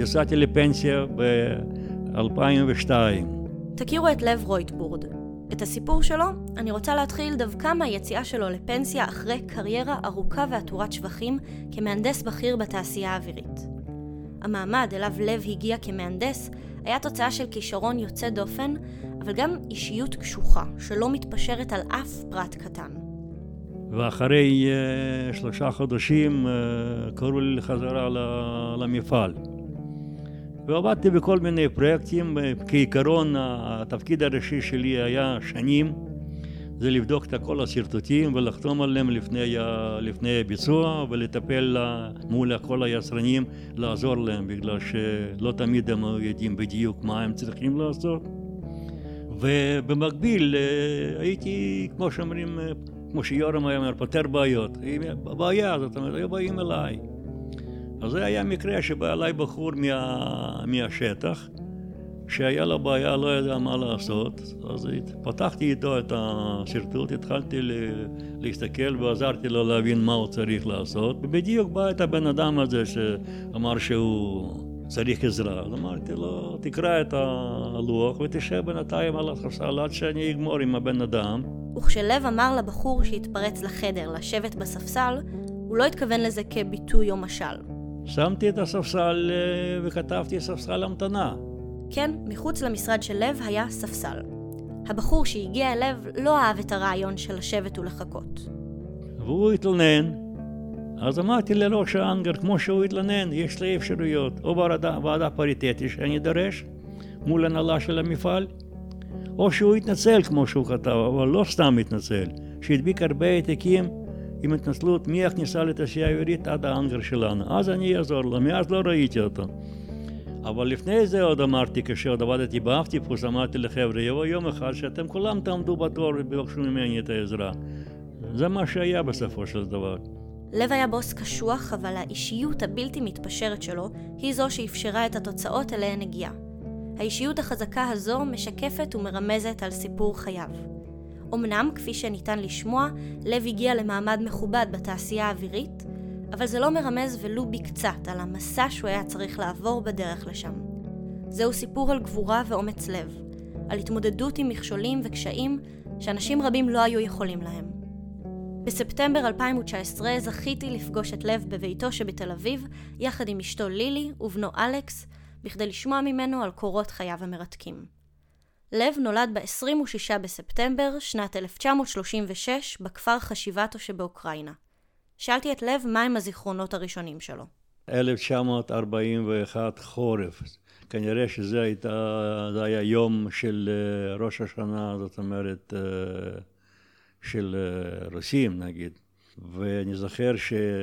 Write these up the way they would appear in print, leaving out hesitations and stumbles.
יצאתי לפנסיה ב-2002. תכירו את לב רויטבורד. את הסיפור שלו אני רוצה להתחיל דווקא מהיציאה שלו לפנסיה אחרי קריירה ארוכה ועטורת שבחים כמהנדס בכיר בתעשייה האווירית. המעמד אליו לב הגיע כמהנדס היה תוצאה של כישרון יוצא דופן, אבל גם אישיות קשוחה שלא מתפשרת על אף פרט קטן. ואחרי 3 חודשים קראו לי לחזרה למפעל. ועבדתי בכל מיני פרויקטים. כעיקרון התפקיד הראשי שלי היה שנים, זה לבדוק את כל הסרטוטים ולחתום עליהם לפני הביצוע ולטפל מול כל היצרנים, לעזור להם, בגלל שלא תמיד הם יודעים בדיוק מה הם צריכים לעשות. ובמקביל הייתי, כמו שאומרים, כמו שיורם היה אומר, פותר בעיות. הבעיה, זאת אומרת, היו באים אליי. אז זה היה מקרה שבא אליי בחור מהשטח, שהיה לו בעיה, לא ידע מה לעשות. אז פתחתי איתו את הסרטוט, התחלתי להסתכל ועזרתי לו להבין מה הוא צריך לעשות. ובדיוק בא את הבן אדם הזה שאמר שהוא צריך עזרה. אז אמרתי לו, תקרא את הלוח ותשב בינתיים על הספסל עד שאני אגמור עם הבן אדם. וכשלב אמר לבחור שהתפרץ לחדר לשבת בספסל, הוא לא התכוון לזה כביטוי או משל. שמתי את הספסל וכתבתי ספסל המתנה. כן, מחוץ למשרד של לב היה ספסל. הבחור שהגיע אל לב לא אהב את הרעיון של לשבת ולחכות. והוא התלונן. אז אמרתי לראש האנגר, כמו שהוא התלונן, יש לי אפשרויות. או ועדה פריטטית שאני דורש מול הנהלה של המפעל, או שהוא התנצל כמו שהוא כתב, אבל לא סתם התנצל. שהדביק הרבה העתקים עם התנצלות מהכניסה לתעשייה האווירית עד האנגר שלנו. אז אני אעזור לו, מאז לא ראיתי אותו. אבל לפני זה עוד אמרתי, כשעוד עבדתי באבטיפוס, אמרתי לחבר'ה, יבוא יום אחד שאתם כולם תעמדו בתור וביקשו ממני את העזרה. זה מה שהיה בסופו של דבר. לב היה בוס קשוח, אבל האישיות הבלתי מתפשרת שלו היא זו שאפשרה את התוצאות אליהן הגיעה. האישיות החזקה הזו משקפת ומרמזת על סיפור חייו. אמנם, כפי שניתן לשמוע, לב הגיע למעמד מכובד בתעשייה האווירית, אבל זה לא מרמז ולו בקצת על המסע שהוא היה צריך לעבור בדרך לשם. זהו סיפור על גבורה ואומץ לב, על התמודדות עם מכשולים וקשיים שאנשים רבים לא היו יכולים להם. בספטמבר 2019 זכיתי לפגוש את לב בביתו שבתל אביב, יחד עם אשתו לילי ובנו אלכס, בכדי לשמוע ממנו על קורות חייו המרתקים. לב נולד ב-26 בספטמבר שנת 1936 בכפר חשיבתו שבאוקראינה. שאלתי את לב מהם הזיכרונות הראשונים שלו. 1941 חורף. כנראה שזה היה יום של ראש השנה, זאת אומרת, של רוסים נגיד. ואני זוכר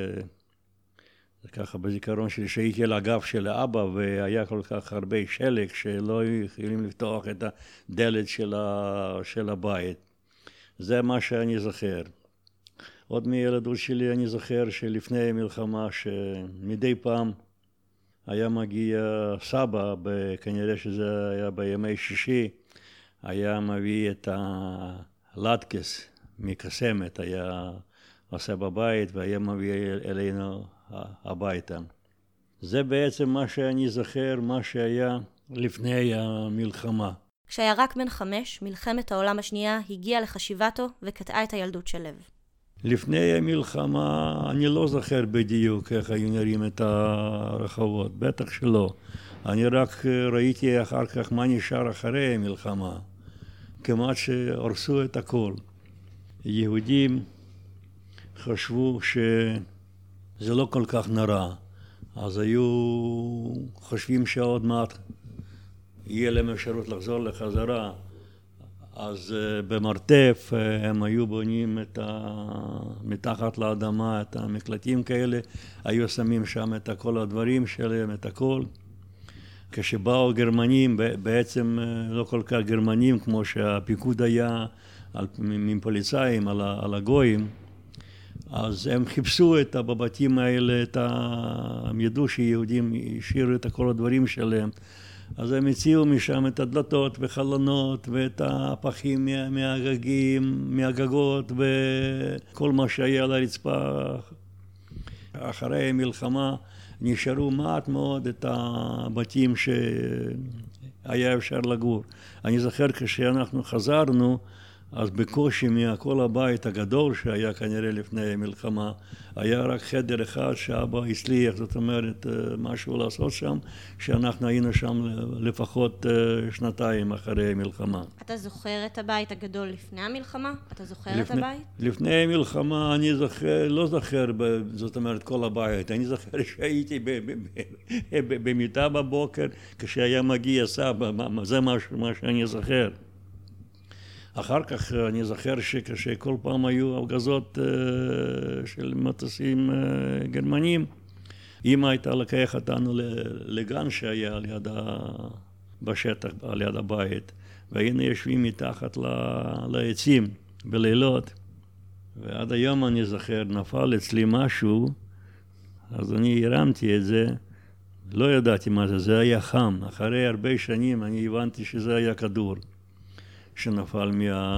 ככה בזיכרון שלי שהייתי על הגב של האבא והיה כל כך הרבה שלג שלא יכולים לפתוח את הדלת של הבית. זה מה שאני זוכר. עוד מילדות שלי אני זוכר שלפני המלחמה שמדי פעם היה מגיע סבא, כנראה שזה היה בימי שישי, היה מביא את הלטקס מקסמת, היה עושה בבית והיה מביא אלינו הביתה. זה בעצם מה שאני זוכר, מה שהיה לפני המלחמה. כשהיה רק בן 5, מלחמת העולם השנייה הגיעה לחשיבתו וקטעה את הילדות של לב. לפני המלחמה אני לא זוכר בדיוק איך היו נראים את הרחובות, בטח שלא. אני רק ראיתי אחר כך מה נשאר אחרי המלחמה. כמעט שהרסו את הכל. יהודים חשבו שזה לא כל כך נורא, אז היו חושבים שעוד מעט יהיה להם אפשרות לחזור לחזרה. אז במרתף הם היו בונים מתחת לאדמה את המקלטים כאלה, היו שמים שם את כל הדברים שלהם, את הכל. כשבאו גרמנים, בעצם לא כל כך גרמנים כמו שהפיקוד היה מפוליצאים על הגויים, אז הם חיפשו בבתים האלה, הם ידעו שיהודים השאירו את כל הדברים שלהם. אז הם הציעו משם את הדלתות וחלונות ואת הפחים מהגגות וכל מה שהיה על הרצפה. אחרי המלחמה נשארו מעט מאוד את הבתים שהיה אפשר לגור. אני זוכר כשאנחנו חזרנו, אז בקושי מכל הבית הגדול שהיה כנראה לפני המלחמה, היה רק חדר אחד שאבא הצליח, זאת אומרת, משהו לעשות שם, שאנחנו היינו שם לפחות 2 אחרי המלחמה. אתה זוכר את הבית הגדול לפני המלחמה? אתה זוכר את הבית? לפני המלחמה אני לא זוכר, זאת אומרת, כל הבית. אני זוכר שהייתי במיטה בבוקר, כשהיה מגיע סבא, זה מה שאני זוכר. אחר כך אני זוכר שכל פעם היו הפגזות של מטוסים גרמנים. אמא הייתה לקח אותנו לגן שהיה בשטח, ליד הבית, והיינו יושבים מתחת לעצים בלילות. ועד היום אני זוכר, נפל אצלי משהו, אז אני הרמתי את זה, לא ידעתי מה זה, זה היה חם. אחרי הרבה שנים אני הבנתי שזה היה כדור שנפל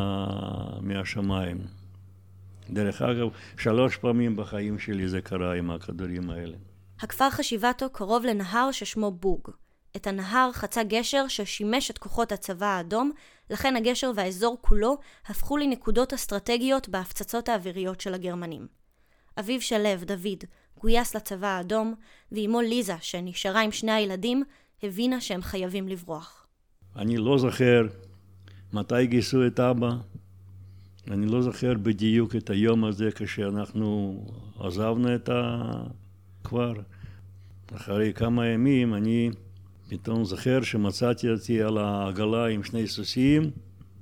מהשמיים. דרך אגב, 3 פעמים בחיים שלי זה קרה עם הכדורים האלה. הכפר חשיבתו קרוב לנהר ששמו בוג. את הנהר חצה גשר ששימש את כוחות הצבא האדום, לכן הגשר והאזור כולו הפכו לנקודות אסטרטגיות בהפצצות האוויריות של הגרמנים. אביו של לב, דוד, גויס לצבא האדום, ואמו ליזה, שנשארה עם 2 הילדים, הבינה שהם חייבים לברוח. אני לא זוכר מתי גייסו את אבא. אני לא זוכר בדיוק את היום הזה כשאנחנו עזבנו את הכפר. אחרי כמה ימים אני פתאום זוכר שמצאתי אותי על העגלה עם 2 סוסים,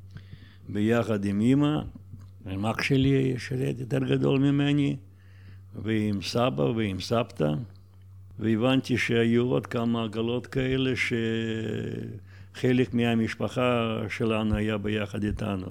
ביחד עם אמא, עם אח שלי שרת יותר גדול ממני, ועם סבא ועם סבתא, והבנתי שהיו עוד כמה עגלות כאלה שחלק מהמשפחה שלנו היה ביחד איתנו.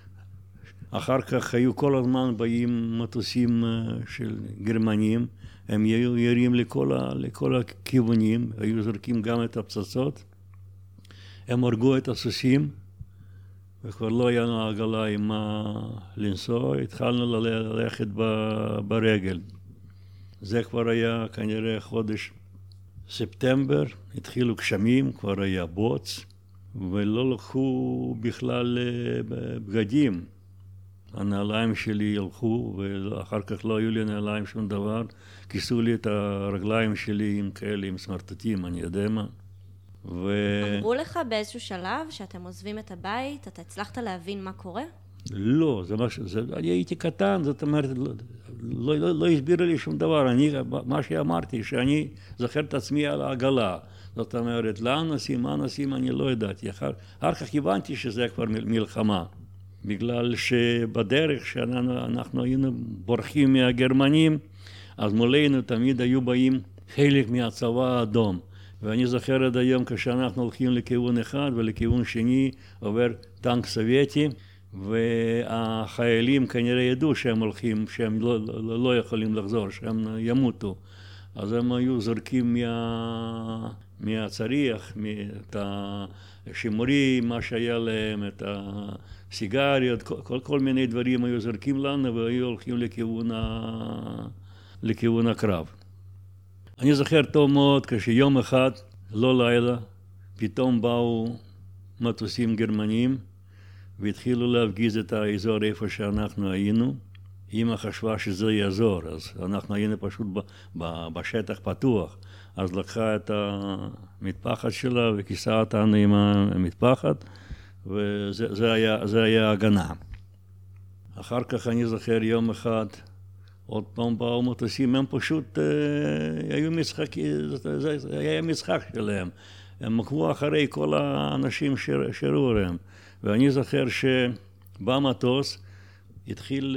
אחר כך היו כל הזמן באים מטוסים של גרמנים, הם היו ירים לכל הכיוונים, היו זורקים גם את הפצצות, הם הרגו את הסוסים, וכבר לא היה לנו עגלה עם מה לנסוע, התחלנו ללכת ברגל. זה כבר היה כנראה חודש ספטמבר, התחילו גשמים, כבר היה בוץ, ולא לקחו בכלל בגדים. הנעליים שלי הלכו, ואחר כך לא היו לי נעליים שום דבר. כיסו לי את הרגליים שלי עם כאלה, עם סמרטוטים, אני יודע מה. אמרו לך באיזשהו שלב שאתם עוזבים את הבית, אתה הצלחת להבין מה קורה? לא, אני הייתי קטן, זאת אומרת, לא הסבירו לי שום דבר. מה שאמרתי, שאני זוכר את עצמי על העגלה. זאת אומרת, לאן נוסעים, מה נוסעים, אני לא ידעתי. אחר כך הבנתי שזה כבר מלחמה. בגלל שבדרך שאנחנו היינו בורחים מהגרמנים, אז מולנו תמיד היו באים חלק מהצבא האדום. ואני זוכר עד היום כשאנחנו הולכים לכיוון אחד ולכיוון שני עובר טנק סובייטי, והחיילים כנראה ידעו שהם הולכים, שהם לא יכולים לחזור, שהם ימותו. אז הם היו זורקים מהצריח, את השימורים, מה שהיה להם, את הסיגריות, כל מיני דברים היו זורקים לנו והיו הולכים לכיוון הקרב. אני זוכר טוב מאוד כשיום אחד, לא לילה, פתאום באו מטוסים גרמנים והתחילו להפגיז את האזור איפה שאנחנו היינו. אמא חשבה שזה יעזור, אז אנחנו היינו פשוט בשטח פתוח. אז לקחה את המטפחת שלה וכיסה אותנו עם המטפחת, וזה היה הגנה. אחר כך אני זוכר יום אחד, עוד פעם באו מטוסים, הם פשוט היו זה היה משחק שלהם. הם עקבו אחרי כל האנשים שראו להם. ואני זוכר שבמטוס התחיל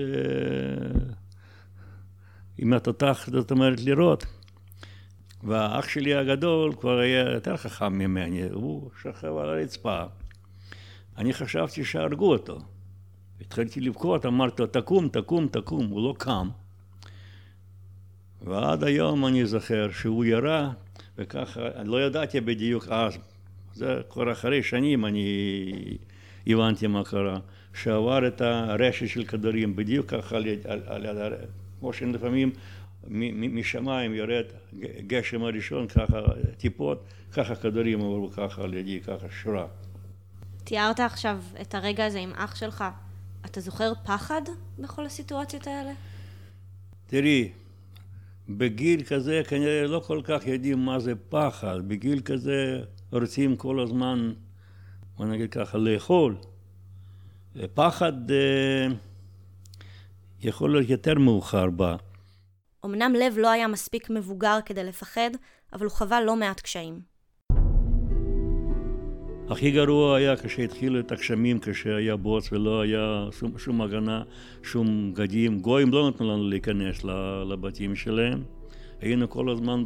עם התותח, זאת אומרת, לירות. והאח שלי הגדול כבר היה יותר חכם ממני, הוא שכב על הרצפה. אני חשבתי שהרגו אותו. התחלתי לבכות, אמרתי לו, תקום, הוא לא קם. ועד היום אני זוכר שהוא ירה, וככה, לא ידעתי בדיוק אז, זה כבר אחרי שנים אני הבנתי מה קרה, שעבר את הרשת של כדורים, בדיוק ככה על יד הרשת, כמו שלפעמים משמיים יורד גשם הראשון, ככה טיפות, ככה כדורים עברו ככה על ידי, ככה שורה. תיארת עכשיו את הרגע הזה עם אח שלך. אתה זוכר פחד בכל הסיטואציות האלה? תראי, בגיל כזה כנראה לא כל כך יודעים מה זה פחד. בגיל כזה רוצים כל הזמן, בוא נגיד ככה, לאכול. פחד יכול להיות יותר מאוחר בה. אמנם לב לא היה מספיק מבוגר כדי לפחד, אבל הוא חווה לא מעט קשיים. הכי גרוע היה כשהתחילו את הגשמים, כשהיה בוץ ולא היה שום הגנה, שום גדים. גויים לא נתנו לנו להיכנס לבתים שלהם. היינו כל הזמן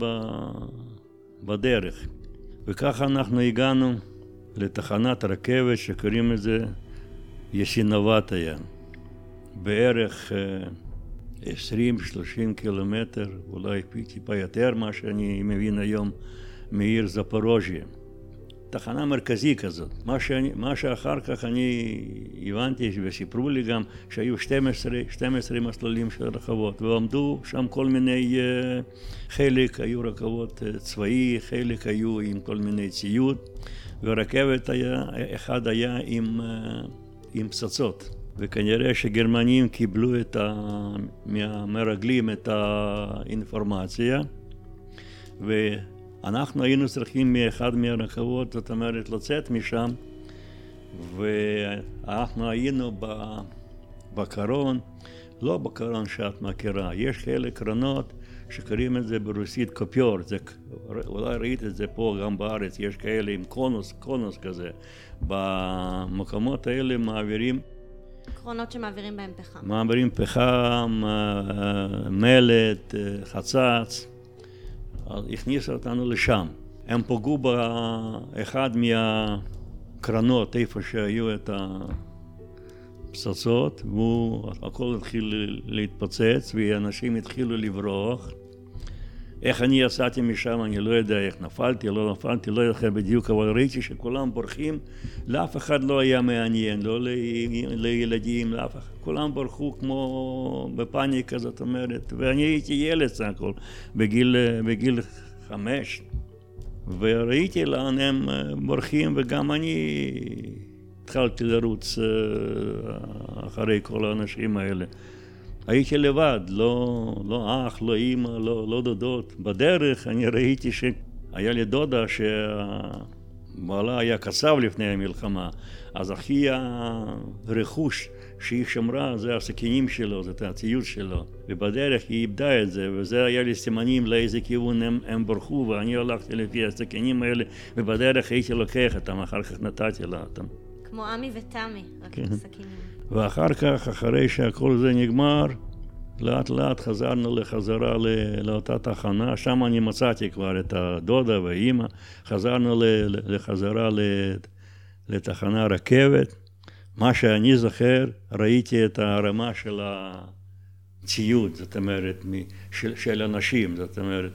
בדרך. וככה אנחנו הגענו לתחנת רכבת שקוראים לזה יסינוואטיה. בערך 20-30 קילומטר, אולי טיפה יותר מה שאני מבין היום, מעיר זפורוז'יה. תחנה מרכזית כזאת. מה שאחר כך אני הבנתי וסיפרו לי גם שהיו 12 מסלולים של רכבות, ועמדו שם כל מיני, חלק היו רכבות צבאי, חלק היו עם כל מיני ציוד, ורכבת אחד היה עם פצצות. וכנראה שגרמנים קיבלו מהמרגלים את האינפורמציה, אנחנו היינו צריכים מאחד מהרכבות, זאת אומרת, לצאת משם, ואנחנו היינו בקרון, לא בקרון שאת מכירה, יש כאלה קרנות שקוראים את זה ברוסית קופיור, אולי ראית את זה פה גם בארץ, יש כאלה עם קונוס כזה, במקומות האלה מעבירים קרונות שמעבירים בהם פחם. מעבירים פחם, מלט, חצץ. הכניסו אותנו לשם. הם פגעו באחד מהקרנות, איפה שהיו את הפצצות, והכל התחיל להתפוצץ, ואנשים התחילו לברוח. איך אני יצאתי משם, אני לא יודע איך נפלתי, לא נפלתי, לא יודע בדיוק, אבל ראיתי שכולם בורחים, לאף אחד לא היה מעניין, לא לילדים, לאף אחד. כולם ברחו כמו בפאניקה, זאת אומרת, ואני הייתי ילד סך הכל, בגיל 5, וראיתי לאן הם בורחים, וגם אני התחלתי לרוץ אחרי כל האנשים האלה. הייתי לבד, לא אח, לא אמא, לא דודות. בדרך אני ראיתי שהיה לי דודה שבעלה היה קצב לפני המלחמה, אז הכי הרכוש שהיא שמרה זה הסכינים שלו, זה הציוד שלו. ובדרך היא איבדה את זה, וזה היה לי סימנים לאיזה כיוון הם ברחו, ואני הלכתי לפי הסכינים האלה, ובדרך הייתי לוקח אותם, אחר כך נתתי לה אותם. כמו עמי ותמי, רק כן. סכינים. ואחר כך, אחרי שהכל זה נגמר, לאט לאט חזרנו לחזרה לאותה תחנה, שם אני מצאתי כבר את הדודה והאימא, חזרנו לחזרה לתחנה רכבת. מה שאני זוכר, ראיתי את הרמה של הציוד, זאת אומרת, של אנשים, זאת אומרת,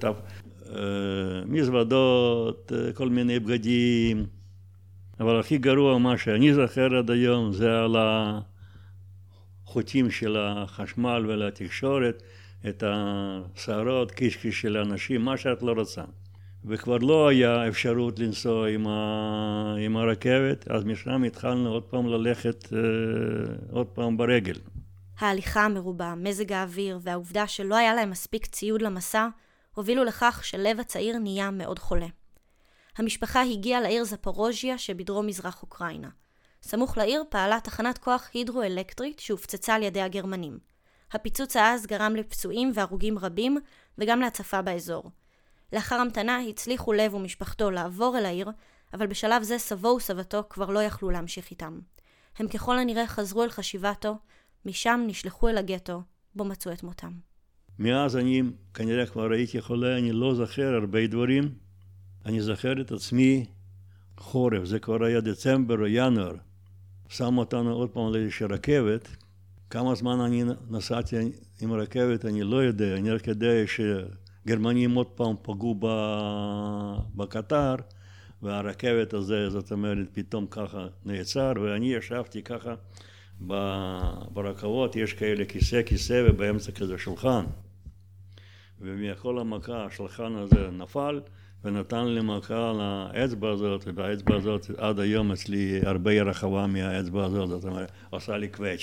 מזוודות, כל מיני בגדים, אבל הכי גרוע מה שאני זוכר עד היום זה על החוטים של החשמל ולתקשורת, את השערות, קישקיש של האנשים, מה שאת לא רוצה. וכבר לא היה אפשרות לנסוע עם הרכבת, אז משם התחלנו עוד פעם ללכת עוד פעם ברגל. ההליכה המרובה, מזג האוויר והעובדה שלא היה להם מספיק ציוד למסע, הובילו לכך שלב הצעיר נהיה מאוד חולה. המשפחה הגיעה לעיר זפורוז'יה שבדרום מזרח אוקראינה. סמוך לעיר פעלה תחנת כוח הידרואלקטרית שהופצצה על ידי הגרמנים. הפיצוץ העז גרם לפצועים והרוגים רבים וגם להצפה באזור. לאחר המתנה הצליחו לב ומשפחתו לעבור אל העיר, אבל בשלב זה סבו וסבתו כבר לא יכלו להמשיך איתם. הם ככל הנראה חזרו אל חשיבתו, משם נשלחו אל הגטו, בו מצאו את מותם. מאז אני כנראה כבר הייתי חולה, אני לא זוכר הרבה דברים. אני זוכר את עצמי חורף, זה כבר היה דצמבר או ינואר. שם אותנו עוד פעם לאיזושהי רכבת. כמה זמן אני נסעתי עם הרכבת, אני לא יודע. אני רק יודע שגרמנים עוד פעם פגעו בקטר, והרכבת הזה, זאת אומרת, פתאום ככה נעצר, ואני ישבתי ככה ברכבות, יש כאלה כיסא, ובאמצע כזה שולחן. ומכל המכה השלחן הזה נפל, ונתן לי מכה על האצבע הזאת, והאצבע הזאת עד היום אצלי הרבה רחבה מהאצבע הזאת, זאת אומרת, עושה לי קווץ'.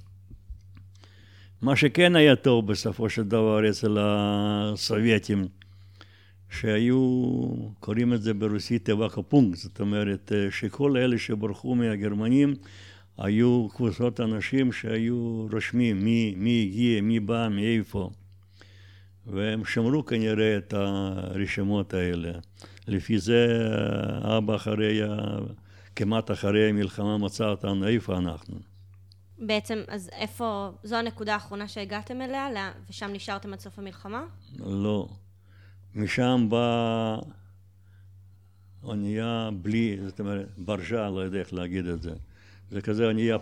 מה שכן היה טוב בסופו של דבר אצל הסובייטים, שהיו, קוראים את זה ברוסית אבקופונקט, זאת אומרת שכל אלה שברחו מהגרמנים, היו קבוצות אנשים שהיו רושמים מי הגיע, מי בא, מאיפה. והם שמרו כנראה את הרשימות האלה. לפי זה אבא כמעט אחרי המלחמה מצא אותנו איפה אנחנו. בעצם, אז איפה, זו הנקודה האחרונה שהגעתם אליה, ושם נשארתם עד סוף המלחמה? לא. משם בא אונייה בלי, זאת אומרת, ברז'ה, לא יודע איך להגיד את זה. זה כזה אונייה,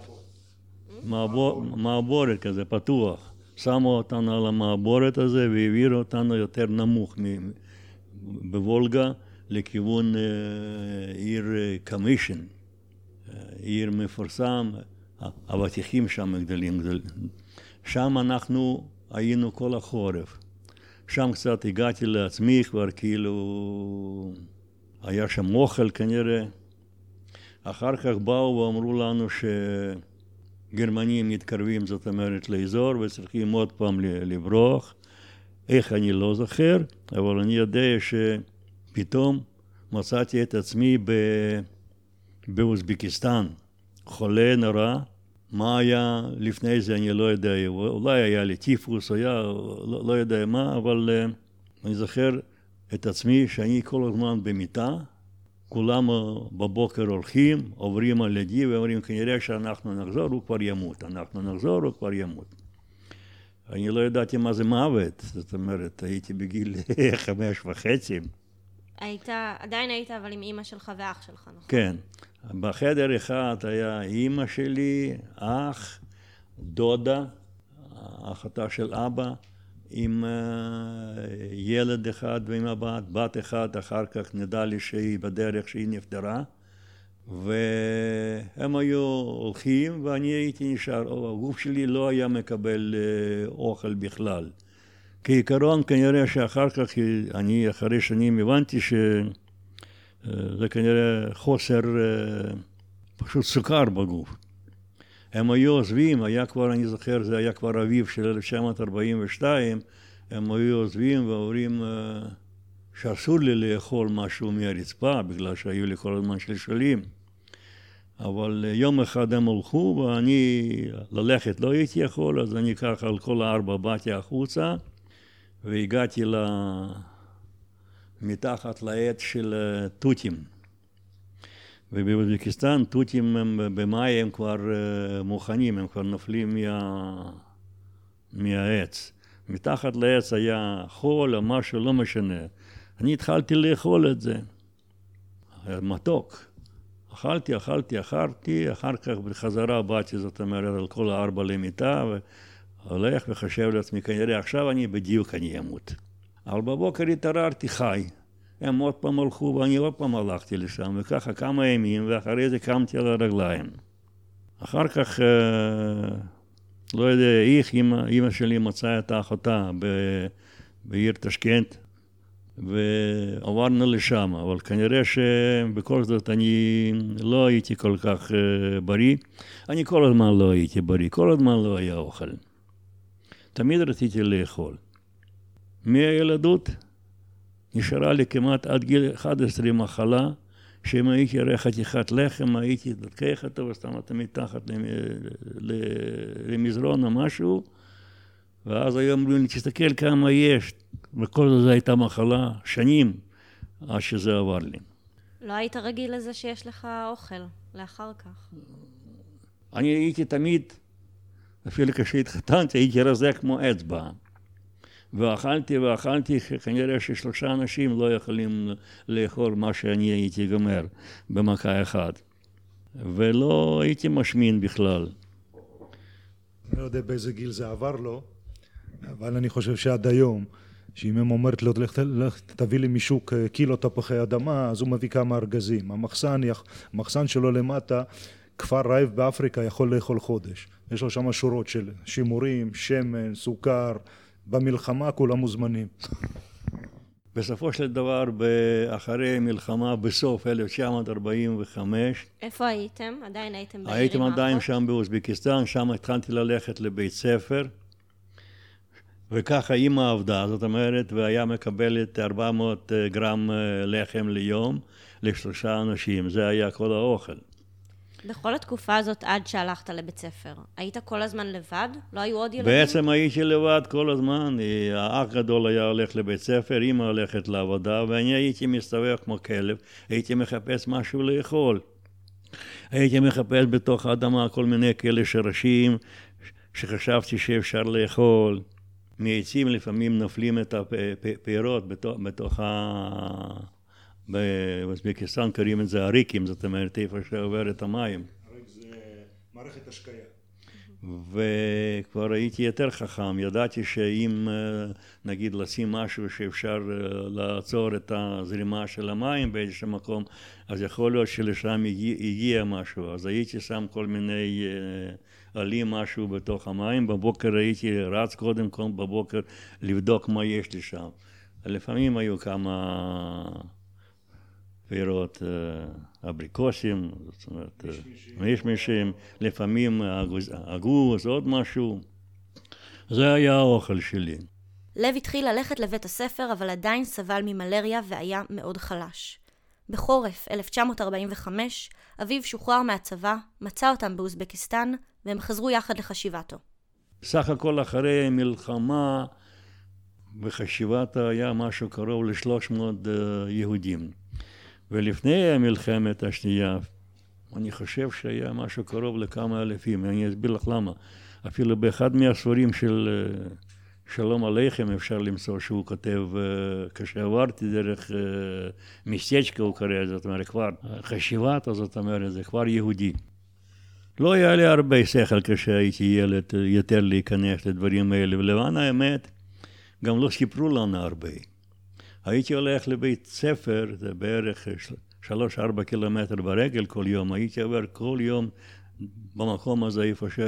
מעבורת כזה, פתוח. שמו אותנו על המעבורת הזה והעבירו אותנו יותר נמוך בוולגה לכיוון עיר קמישן, עיר מפורסם, אבטיחים שם גדולים. שם אנחנו היינו כל החורף. שם קצת הגעתי לעצמי, כבר כאילו היה שם אוכל כנראה. אחר כך באו ואמרו לנו גרמנים מתקרבים, זאת אומרת, לאזור, וצריכים עוד פעם לברוח. איך אני לא זוכר, אבל אני יודע שפתאום מצאתי את עצמי באוזבקיסטן, חולה נורא. מה היה לפני זה אני לא יודע, אולי היה לי טיפוס, היה לא יודע מה, אבל אני זוכר את עצמי שאני כל הזמן במיטה, כולם בבוקר הולכים, עוברים על ידי ואומרים, כנראה שאנחנו נחזור, הוא כבר ימות. אנחנו נחזור, הוא כבר ימות. אני לא ידעתי מה זה מוות. זאת אומרת, הייתי בגיל 5.5. עדיין היית אבל עם אמא שלך ואח שלך, נכון? כן. בחדר אחד היה אמא שלי, אח, דודה, אחתה של אבא, עם ילד אחד ועם בת אחד, אחר כך נדע לי שהיא בדרך שהיא נפטרה, והם היו הולכים ואני הייתי נשאר, הגוף שלי לא היה מקבל אוכל בכלל. כעיקרון כנראה שאחר כך, אני אחרי שנים הבנתי שזה כנראה חוסר פשוט סוכר בגוף. הם היו עוזבים, היה כבר, אני זוכר, זה היה כבר אביב של 1942, הם היו עוזבים ואומרים שאסור לי לאכול משהו מהרצפה, בגלל שהיו לי כל הזמן שלשולים. אבל יום אחד הם הלכו, ואני ללכת לא הייתי יכול, אז אני ככה על כל 4 באתי החוצה, והגעתי מתחת לעץ של תותים. ובאוזבקיסטן תותים במאי הם כבר מוכנים, הם כבר נופלים מהעץ. מתחת לעץ היה חול או משהו, לא משנה. אני התחלתי לאכול את זה. מתוק. אכלתי, אחר כך בחזרה באתי, זאת אומרת, על כל 4 למיטה, והולך וחושב לעצמי, כנראה עכשיו בדיוק אני אמות. אבל בבוקר התעוררתי חי. הם עוד פעם הלכו ואני עוד פעם הלכתי לשם, וככה כמה ימים, ואחרי זה קמתי על הרגליים. אחר כך, לא יודע איך, אמא שלי מצאה את אחותה בעיר תשכנת, ועברנו לשם, אבל כנראה שבכל זאת אני לא הייתי כל כך בריא. אני כל הזמן לא הייתי בריא, כל הזמן לא היה אוכל. תמיד רציתי לאכול. מהילדות נשארה לי כמעט עד גיל 11 מחלה, שאם הייתי רואה חתיכת לחם, הייתי לוקח אותו ושם אותו מתחת למזרון או משהו, ואז היו אומרים לי, תסתכל כמה יש, וכל זה הייתה מחלה שנים עד שזה עבר לי. לא היית רגיל לזה שיש לך אוכל לאחר כך? אני הייתי תמיד, אפילו כשהתחתנתי, הייתי רזה כמו אצבע. ואכלתי, כנראה ש3 אנשים לא יכולים לאכול מה שאני הייתי גומר במכה אחת. ולא הייתי משמין בכלל. אני לא יודע באיזה גיל זה עבר לו, אבל אני חושב שעד היום, שאם הם אומרת לו, תביא לי משוק קילו תפוחי אדמה, אז הוא מביא כמה ארגזים. המחסן שלו למטה, כפר רעב באפריקה יכול לאכול חודש. יש לו שם שורות של שימורים, שמן, סוכר, במלחמה כולם מוזמנים. בסופו של דבר, אחרי מלחמה, בסוף 1945, איפה הייתם? עדיין הייתם בעיר עם הייתם עדיין האחות? שם באוזבקיסטן, שם התחלתי ללכת לבית ספר, וככה אמא עבדה, זאת אומרת, והיה מקבלת 400 גרם לחם ליום ל3 אנשים, זה היה כל האוכל. בכל התקופה הזאת עד שהלכת לבית ספר, היית כל הזמן לבד? לא היו עוד ילדים? בעצם הייתי לבד כל הזמן, האח גדול היה הולך לבית ספר, אמא הולכת לעבודה, ואני הייתי מסתובב כמו כלב, הייתי מחפש משהו לאכול. הייתי מחפש בתוך האדמה כל מיני כאלה שרשים, שחשבתי שאפשר לאכול. מעצים לפעמים נופלים את הפירות בתוך באוזבקיסטן קוראים את זה אריקים, זאת אומרת איפה שעובר את המים. אריק זה מערכת השקיה. וכבר הייתי יותר חכם, ידעתי שאם נגיד לשים משהו שאפשר לעצור את הזרימה של המים באיזשהו מקום, אז יכול להיות שלשם הגיע משהו, אז הייתי שם כל מיני עלים משהו בתוך המים, בבוקר הייתי רץ קודם כל בבוקר לבדוק מה יש לי שם. לפעמים היו כמה פירות, אבריקוסים, זאת אומרת, מישמישים, לפעמים אגוז, עוד משהו. זה היה האוכל שלי. לב התחיל ללכת לבית הספר, אבל עדיין סבל ממלריה והיה מאוד חלש. בחורף 1945, אביו שוחרר מהצבא, מצא אותם באוזבקיסטן, והם חזרו יחד לחשיבתו. סך הכל אחרי מלחמה, בחשיבתו היה משהו קרוב ל300 יהודים. ולפני המלחמת השנייה, אני חושב שהיה משהו קרוב לכמה אלפים, אני אסביר לך למה. אפילו באחד מהספרים של שלום עליכם אפשר למצוא שהוא כותב, כשעברתי דרך מסצ'קה הוא קורא, זאת אומרת, כבר חשיבתו, זאת אומרת, זה כבר יהודי. לא היה לי הרבה שכל כשהייתי ילד יותר להיכנס לדברים האלה, ולמען האמת, גם לא סיפרו לנו הרבה. הייתי הולך לבית ספר, זה בערך 3-4 קילומטר ברגל כל יום, הייתי עובר כל יום במקום הזה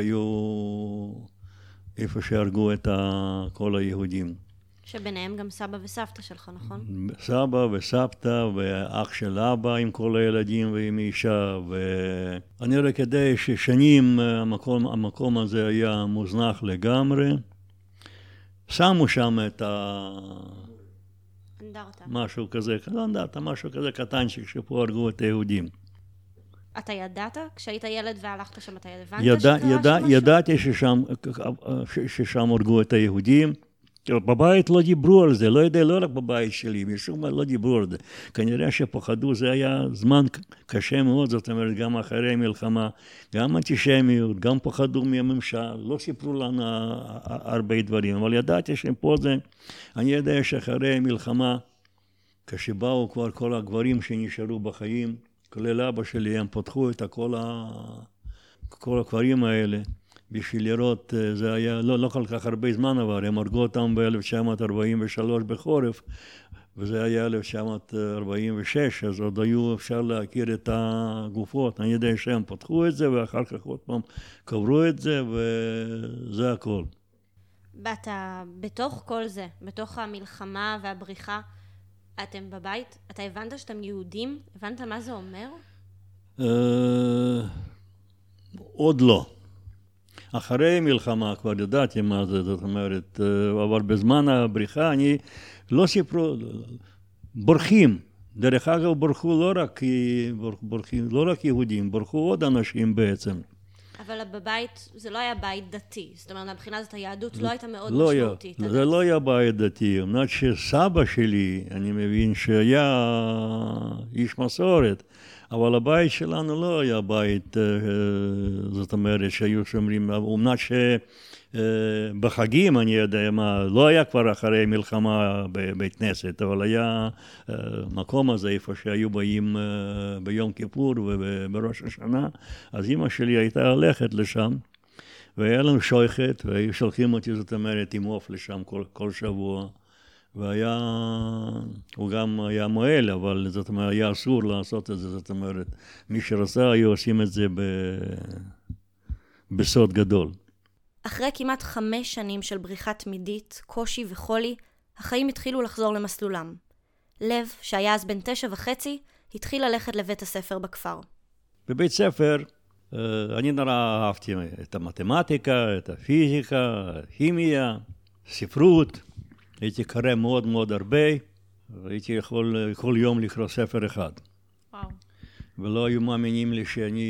איפה שהרגו את כל היהודים. שביניהם גם סבא וסבתא שלך, נכון? סבא וסבתא ואח של אבא עם כל הילדים ועם אישה, ואני רק יודע ששנים המקום הזה היה מוזנח לגמרי. שמו שם את אנדרטה. משהו כזה, לא אנדרטה, משהו כזה קטנצ'יק שפה הרגו את היהודים. אתה ידעת? כשהיית ילד והלכת שם, אתה הבנת שקרה שם משהו? ידעתי ששם הרגו את היהודים. בבית לא דיברו על זה, לא יודע, לא רק בבית שלי, משום מה לא דיברו על זה. כנראה שפחדו, זה היה זמן קשה מאוד, זאת אומרת, גם אחרי המלחמה, גם אנטישמיות, גם פחדו מהממשל, לא סיפרו לנו הרבה דברים, אבל ידעתי שפה זה, אני יודע שאחרי המלחמה, כשבאו כבר כל הגברים שנשארו בחיים, כולל אבא שלי, הם פתחו את כל הכפרים האלה, בשביל לראות, זה היה לא כל כך הרבה זמן עבר, הם הרגו אותם ב-1943 בחורף, וזה היה 1946, אז עוד היו אפשר להכיר את הגופות. אני יודע שהם פתחו את זה, ואחר כך עוד פעם קברו את זה, וזה הכל. ואתה, בתוך כל זה, בתוך המלחמה והבריחה, אתם בבית, אתה הבנת שאתם יהודים? הבנת מה זה אומר? עוד לא. אחרי מלחמה כבר ידעתי מה זה, זאת אומרת, אבל בזמן הבריחה אני לא סיפרו, בורחים. דרך אגב, ברחו לא רק יהודים, ברחו עוד אנשים בעצם. אבל בבית, זה לא היה בית דתי. זאת אומרת, מבחינה זאת היהדות לא הייתה מאוד לא משמעותית. זה לא היה בית דתי. אמרת שסבא שלי, אני מבין שהיה איש מסורת, אבל הבית שלנו לא היה בית, זאת אומרת שהיו שומרים, אמרת שבחגים, אני יודע מה, לא היה כבר אחרי מלחמה בבית כנסת, אבל היה מקום הזה איפה שהיו באים ביום כיפור ובראש השנה, אז אמא שלי הייתה הולכת לשם, והיה לנו שויכת, והיו שולחים אותי, זאת אומרת, עם עוף לשם כל שבוע. הוא גם היה מועל, אבל זאת אומרת, היה אסור לעשות את זה, זאת אומרת, מי שרצה היו עושים את זה בסוד גדול. אחרי כמעט 5 שנים של בריחה תמידית, קושי וחולי, החיים התחילו לחזור למסלולם. לב, שהיה אז בן 9.5, התחיל ללכת לבית הספר בכפר. בבית ספר אני נורא אהבתי את המתמטיקה, את הפיזיקה, הכימיה, ספרות. הייתי קורא מאוד מאוד הרבה, והייתי יכול כל יום לקרוא ספר אחד. וואו. ולא היו מאמינים לי שאני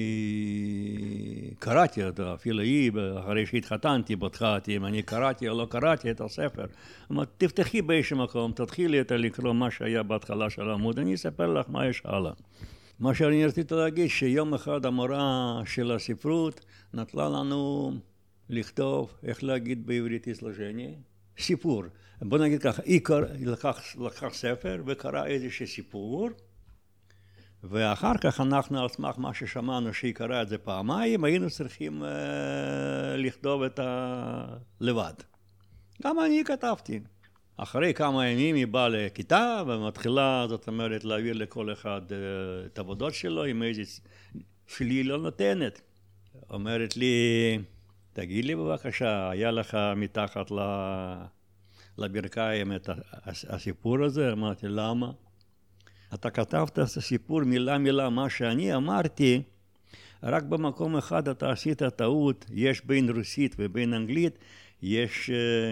קראתי אותו, אפילו היא, אחרי שהתחתנתי, בדקה אותי אם אני קראתי או לא קראתי את הספר. אמרתי, תפתחי באיזשהו מקום, תתחילי לקרוא מה שהיה בהתחלה של העמוד, אני אספר לך מה יש הלאה. מה שאני רציתי להגיד, שיום אחד המורה של הספרות נתלה לנו לכתוב, איך להגיד בעברית אסלז'ני? סיפור. בוא נגיד ככה, היא לקח ספר וקרא איזשהו סיפור, ואחר כך אנחנו על סמך מה ששמענו שהיא קראה את זה פעמיים, היינו צריכים לכתוב את לבד. גם אני כתבתי. אחרי כמה ימים היא באה לכיתה ומתחילה, זאת אומרת, להעביר לכל אחד את העבודות שלו, עם איזה שלי לא נותנת. אומרת לי, תגיד לי בבקשה, היה לך מתחת לברכיים את הסיפור הזה? אמרתי, למה? אתה כתבת את הסיפור מילה מילה, מה שאני אמרתי, רק במקום אחד אתה עשית טעות, יש בין רוסית ובין אנגלית, יש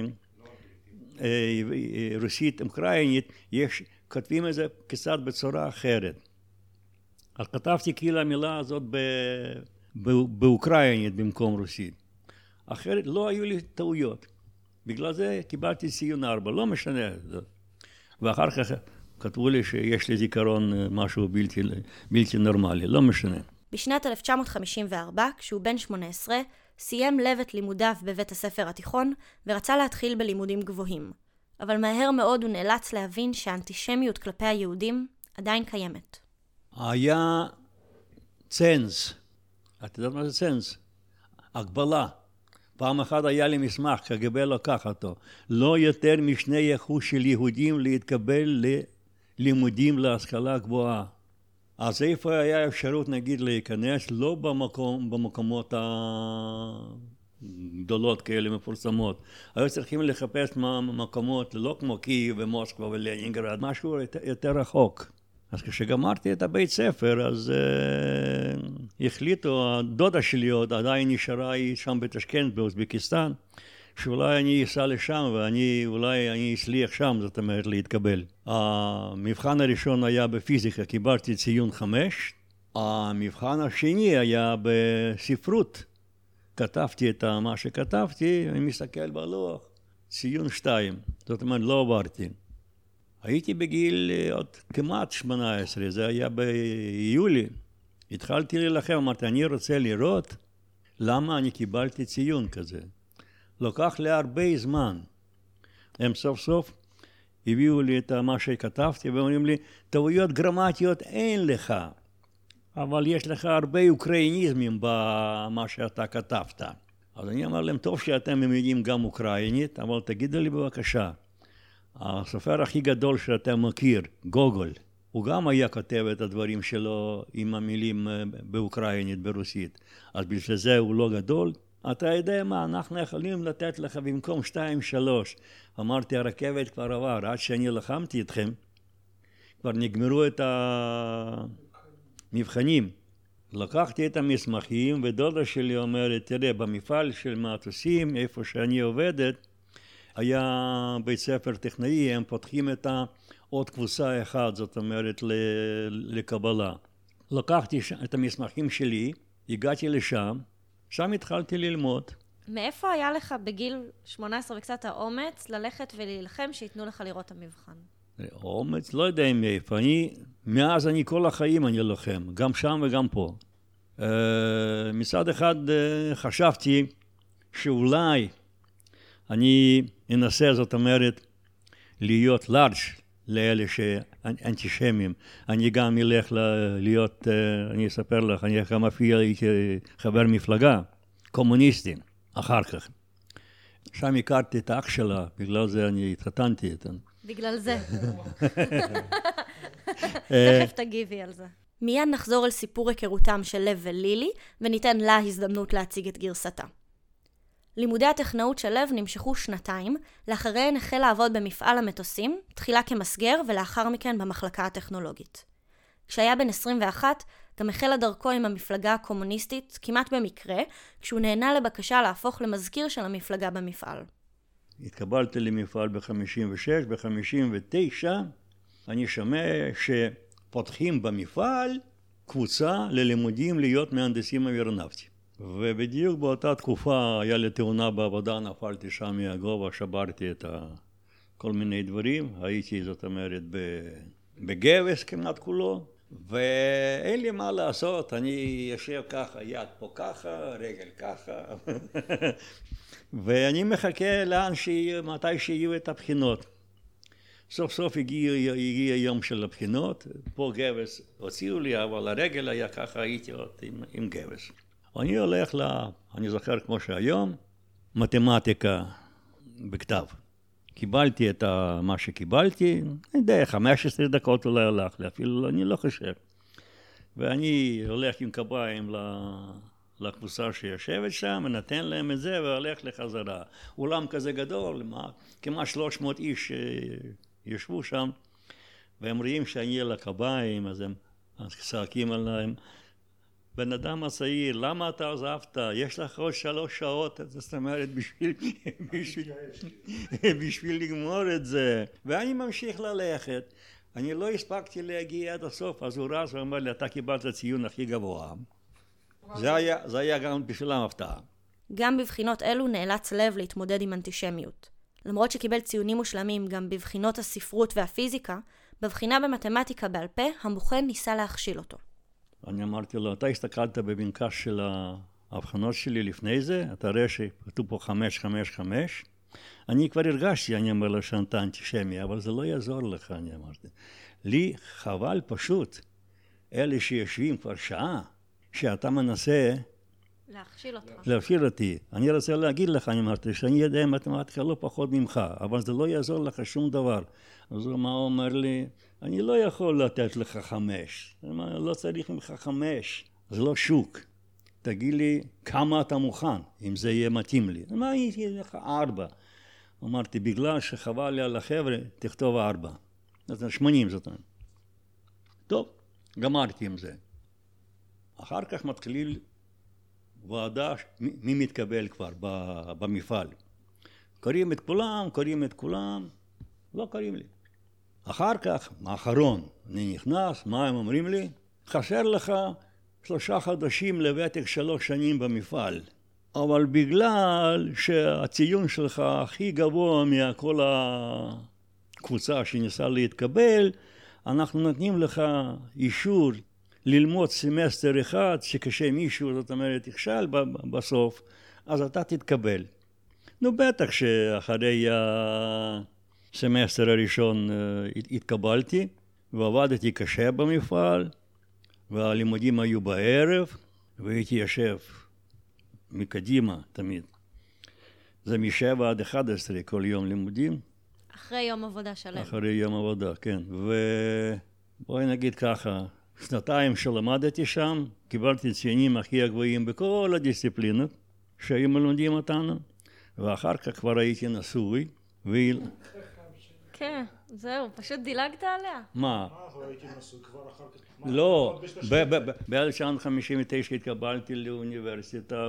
רוסית אוקראינית, כותבים את זה קצת בצורה אחרת. אז כתבתי כאילו המילה הזאת באוקראינית במקום רוסית. אחרת לא היו לי טעויות. בגלל זה קיבלתי ציון 4, לא משנה. ואחר כך כתבו לי שיש לי זיכרון משהו בלתי נורמלי, לא משנה. בשנת 1954, כשהוא בן 18, סיים לב את לימודיו בבית הספר התיכון ורצה להתחיל בלימודים גבוהים. אבל מהר מאוד הוא נאלץ להבין שהאנטישמיות כלפי היהודים עדיין קיימת. היה צנז. את יודעת מה זה צנז? הגבלה. פעם אחת היה לי מסמך, קג"ב לקח אותו. לא יותר מ2% של יהודים להתקבל ללימודים להשכלה גבוהה. אז איפה היה אפשרות, נגיד, להיכנס? לא במקומות הגדולות כאלה מפורסמות. היו צריכים לחפש מקומות, לא כמו קייב ומוסקבה ולנינגרד, משהו יותר רחוק. אז כשגמרתי את הבית ספר, אז החליטו, הדודה שלי עוד עדיין נשארה שם בטשקנט, באוזבקיסטן, שאולי אני אסע לשם ואולי אני אצליח שם, זאת אומרת, להתקבל. המבחן הראשון היה בפיזיקה, קיבלתי ציון 5. המבחן השני היה בספרות. כתבתי את מה שכתבתי, אני מסתכל בלוח, ציון 2. זאת אומרת, לא עברתי. הייתי בגיל עוד כמעט 18, זה היה ביולי. התחלתי להילחם, אמרתי, אני רוצה לראות למה אני קיבלתי ציון כזה. לוקח לי הרבה זמן. הם סוף סוף הביאו לי את מה שכתבתי, ואומרים לי, טעויות גרמטיות אין לך, אבל יש לך הרבה אוקראיניזמים במה שאתה כתבת. אז אני אמר להם, טוב שאתם מבינים גם אוקראינית, אבל תגידו לי בבקשה, הסופר הכי גדול שאתה מכיר, גוגול, הוא גם היה כותב את הדברים שלו עם המילים באוקראינית, ברוסית. אז בשביל זה הוא לא גדול. אתה יודע מה, אנחנו יכולים לתת לך במקום 2-3. אמרתי, הרכבת כבר עבר, עד שאני לחמתי אתכם, כבר נגמרו את המבחנים. לקחתי את המסמכים, ודודה שלי אומרת, תראה, במפעל של מטוסים, איפה שאני עובדת, היה בית ספר טכנאי, הם פותחים את עוד קבוצה אחת, זאת אומרת, לקבלה. לקחתי את המסמכים שלי, הגעתי לשם, שם התחלתי ללמוד. מאיפה היה לך בגיל 18 וקצת האומץ ללכת ולהילחם שיתנו לך לראות את המבחן? אומץ? לא יודע מאיפה. מאז אני כל החיים אני לוחם, גם שם וגם פה. מצד אחד חשבתי שאולי אני אנסה, זאת אומרת, להיות לארג' לאלה שאנטישמים. אני גם אלך להיות, אני אספר לך, אני גם אפילו הייתי חבר מפלגה, קומוניסטים, אחר כך. שם הכרתי את האח שלה, בגלל זה אני התחתנתי איתן. בגלל זה. תכף תגיבי על זה. מיד נחזור אל סיפור היכרותם של לב ולילי, וניתן לה הזדמנות להציג את גרסתה. לימודי הטכנאות של לב נמשכו 2 לאחריהן החל לעבוד במפעל המטוסים, תחילה כמסגר ולאחר מכן במחלקה הטכנולוגית. כשהיה בן 21, גם החלה דרכו עם המפלגה הקומוניסטית כמעט במקרה, כשהוא נהנה לבקשה להפוך למזכיר של המפלגה במפעל. התקבלתי למפעל ב-56, ב-59 אני שומע שפותחים במפעל קבוצה ללימודים להיות מהנדסים אווירונאוטיים. ובדיוק באותה תקופה היה לי תאונה בעבודה, נפלתי שם מהגובה, שברתי את כל מיני דברים, הייתי זאת אומרת בגבס כמעט כולו, ואין לי מה לעשות, אני יושב ככה, יד פה ככה, רגל ככה, ואני מחכה מתי שיהיו את הבחינות. סוף סוף הגיע יום של הבחינות, פה גבס הוציאו לי, אבל הרגל היה ככה, הייתי עוד עם גבס. אני הולך אני זוכר כמו שהיום, מתמטיקה בכתב. קיבלתי את מה שקיבלתי, אני יודע, 15 דקות אולי הלך לי, אפילו אני לא חושב. ואני הולך עם קביים לקבוצה שיושבת שם, ונתן להם את זה והולך לחזרה. אולם כזה גדול, כמעט 300 איש ישבו שם, והם רואים שאני על הקביים, אז הם צועקים עליהם. בן אדם הצעיר, למה אתה עזבת? יש לך עוד 3 שעות, זאת אומרת, בשביל לגמור את זה. ואני ממשיך ללכת. אני לא הספקתי להגיע עד הסוף, אז הוא רץ ואמר לי, אתה קיבלת ציון הכי גבוה. זה היה גם בשבילם הפתעה. גם בבחינות אלו נאלץ לב להתמודד עם אנטישמיות. למרות שקיבל ציונים מושלמים גם בבחינות הספרות והפיזיקה, בבחינה במתמטיקה בעל פה, המבחן ניסה להכשיל אותו. אני אמרתי לו, אתה הסתכלת בבנקש של ההבחנות שלי לפני זה, אתה רואה שכתוב פה 5, 5, 5. אני כבר הרגשתי, אני אומר לו, שאתה אנטישמי, אבל זה לא יעזור לך, אני אמרתי. לי חבל פשוט, אלה שיושבים כבר שעה, שאתה מנסה להכשיל אותי. אני רוצה להגיד לך, אני אמרתי, שאני יודע מתמטיקה לא פחות ממך, אבל זה לא יעזור לך שום דבר. אז הוא אומר לי, אני לא יכול לתת לך 5. לא צריך ממך 5. זה לא שוק. תגיד לי כמה אתה מוכן, אם זה יהיה מתאים לי. מה הייתי לך 4? אמרתי, בגלל שחבל לי על החבר'ה, תכתוב 4. זאת אומרת, 80 זאת אומרת. טוב, גמרתי עם זה. אחר כך מתחילים ועדה, מי מתקבל כבר במפעל. קוראים את כולם, לא קוראים לי. אחר כך, האחרון, אני נכנס, מה הם אומרים לי? חסר לך 3 חודשים לוותק 3 שנים במפעל. אבל בגלל שהציון שלך הכי גבוה מכל הקבוצה שניסה להתקבל, אנחנו נותנים לך אישור ללמוד סמסטר אחד, שכשמישהו, זאת אומרת, נכשל בסוף, אז אתה תתקבל. נו, בטח שאחרי הסמסטר הראשון התקבלתי, ועבדתי קשה במפעל, והלימודים היו בערב, והייתי יושב מקדימה תמיד. זה מ7 עד 11 כל יום לימודים. אחרי יום עבודה שלם. אחרי יום עבודה, כן. ובואי נגיד ככה, 2 שלמדתי שם, קיבלתי ציונים הכי הגבוהים בכל הדיסציפלינות שהיו מלמדים אותנו, ואחר כך כבר הייתי נשוי. כן, זהו, פשוט דילגת עליה. מה? הייתי נשוי כבר אחר כך. לא, ב-1959 התקבלתי לאוניברסיטה,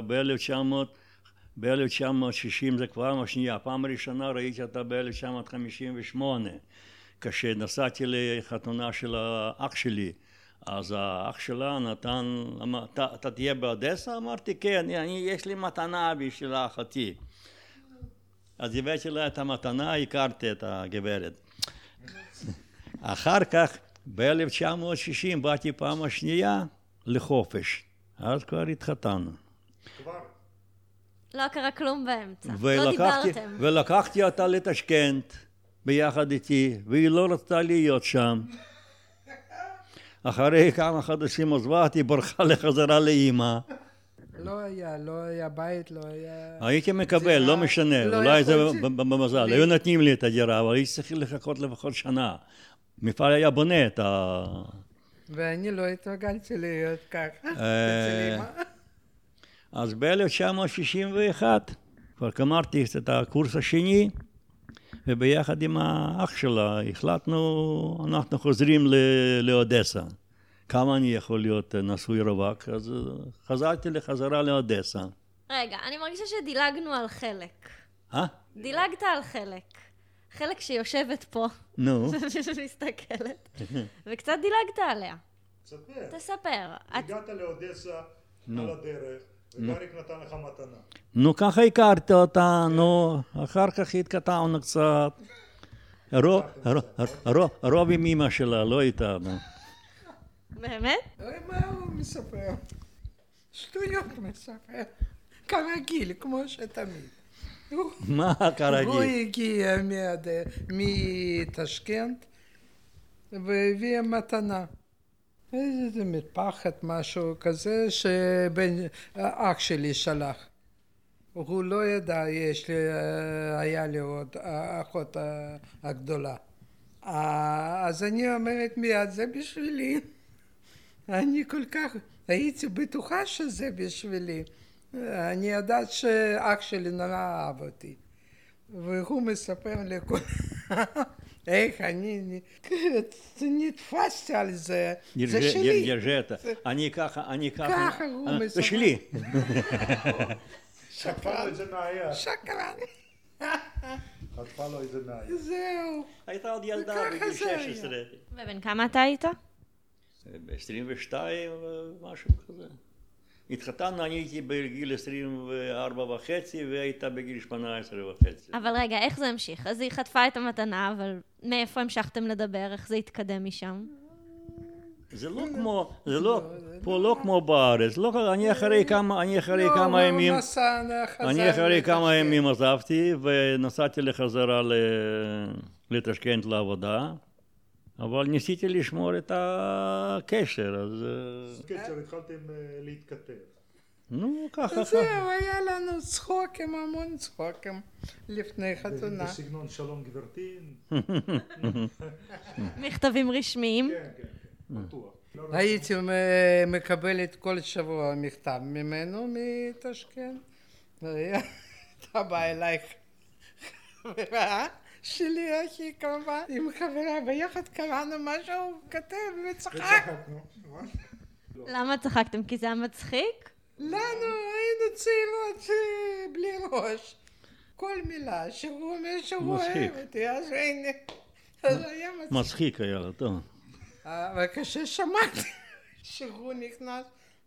ב-1960 זה כבר השנייה, הפעם הראשונה ראיתי אותה ב-1958, כשנסעתי לחתונה של האח שלי, אז האח שלה נתן, אתה תהיה באודסה? אמרתי, כן, יש לי מתנה בשביל אחותי. אז הבאתי לה את המתנה, הכרתי את הגברת. אחר כך, ב-1960 באתי פעם השנייה לחופש, אז כבר התחתנו. כבר? לא קרה כלום באמצע, לא דיברתם. ולקחתי אותה לטשקנט ביחד איתי, והיא לא רצתה להיות שם. אחרי כמה חודשים עזבה אותי, ברחה לחזרה לאמא. לא היה בית, לא היה... הייתי מקבל, לא משנה, אולי זה במזל. היו נותנים לי את הדירה, אבל הייתי צריך לחכות לפחות שנה. מפעל היה בונה את ואני לא התרגלתי להיות ככה. אז ב-1961 כבר גמרתי את הקורס השני, וביחד עם האח שלה החלטנו, אנחנו חוזרים לאודסה. כמה אני יכול להיות נשוי רווק, אז חזרתי לחזרה לאודסה. רגע, אני מרגישה שדילגנו על חלק. דילגת על חלק. חלק שיושבת פה. נו. שמסתכלת. וקצת דילגת עליה. תספר. הגעת לאודסה על הדרך, וגריק נתן לך מתנה. נו, ככה הכרת אותה, נו, אחר כך התקטענו קצת. רוב עם אמא שלה, לא איתנו. באמת? מה הוא מספר? שטויות מספר. כרגיל, כמו שתמיד. מה כרגיל? הוא הגיע מתשכנת והביא מתנה. איזה מטפחת, משהו כזה, שאח שלי שלח. הוא לא ידע, היה לי עוד אחות הגדולה. אז אני אומרת מיד, זה בשבילי. אני כל כך הייתי בטוחה שזה בשבילי. אני יודעת שאח שלי נורא אהב אותי. והוא מספר לכל... איך אני נתפסתי על זה. זה שלי. אני ככה. ככה הוא מספר. זה שלי. חטפה לו את זה מהיד. שקרן. חטפה לו את זה מהיד. זהו. הייתה עוד ילדה בגיל 16. ובן כמה אתה היית? ב-22 משהו כזה. התחתנו, אני הייתי בגיל 24 וחצי והייתה בגיל 18 וחצי. אבל רגע, איך זה המשיך? אז היא חטפה את המתנה, אבל מאיפה המשכתם לדבר? איך זה התקדם משם? זה לא כמו, פה לא כמו בארץ. אני אחרי כמה ימים עזבתי ונסעתי לחזרה לתשכנת לעבודה. אבל ניסיתי לשמור את הקשר, אז... קשר, התחלתם להתכתב. נו, ככה. זהו, היה לנו צחוקים, המון צחוקים, לפני חתונה. בסגנון שלום גברתי. מכתבים רשמיים. כן, בטוח. הייתי מקבלת כל שבוע מכתב ממנו מתשכנת. הייתה באה אלייך חברה. שלי הכי כמובן, עם חברה ביחד קראנו משהו, הוא כתב וצחקנו. למה צחקתם? כי זה היה מצחיק? לנו היינו צעירות בלי ראש. כל מילה שהוא אומר שהוא אוהב אותי, אז הנה, אז היה מצחיק. מצחיק היה לו, טוב. אבל כששמעתי שהוא נכנס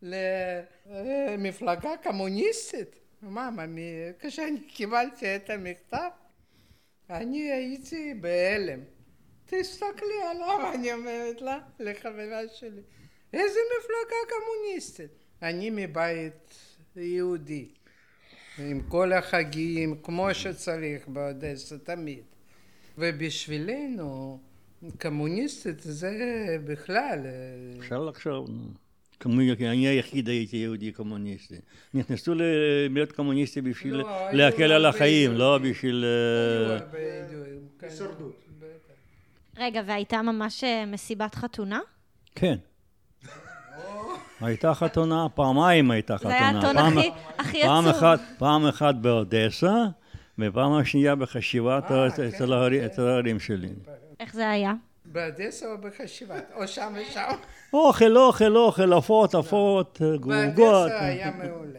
למפלגה קומוניסטית, כשאני קיבלתי את המכתב, אני הייתי בהלם. תסתכלי עליו, אני אומרת לה, לחברה שלי. איזה מפלגה קומוניסטית? אני מבית יהודי, עם כל החגים, כמו שצריך באודסה תמיד. ובשבילנו, קומוניסטית זה בכלל... אפשר לחשוב, אני היחיד הייתי יהודי קומוניסטי. נכנסו להיות קומוניסטי בשביל להקל על החיים, לא בשביל... הישרדות. רגע, והייתה ממש מסיבת חתונה? כן. הייתה חתונה, פעמיים הייתה חתונה. זה היה הטון הכי עצוב. פעם אחת באודסה, ופעם השנייה בחשיבת אצל ההורים שלי. איך זה היה? באודסה או בחשיבת? או שם ושם? אוכל, עפות, גורגות. באודסה היה מעולה.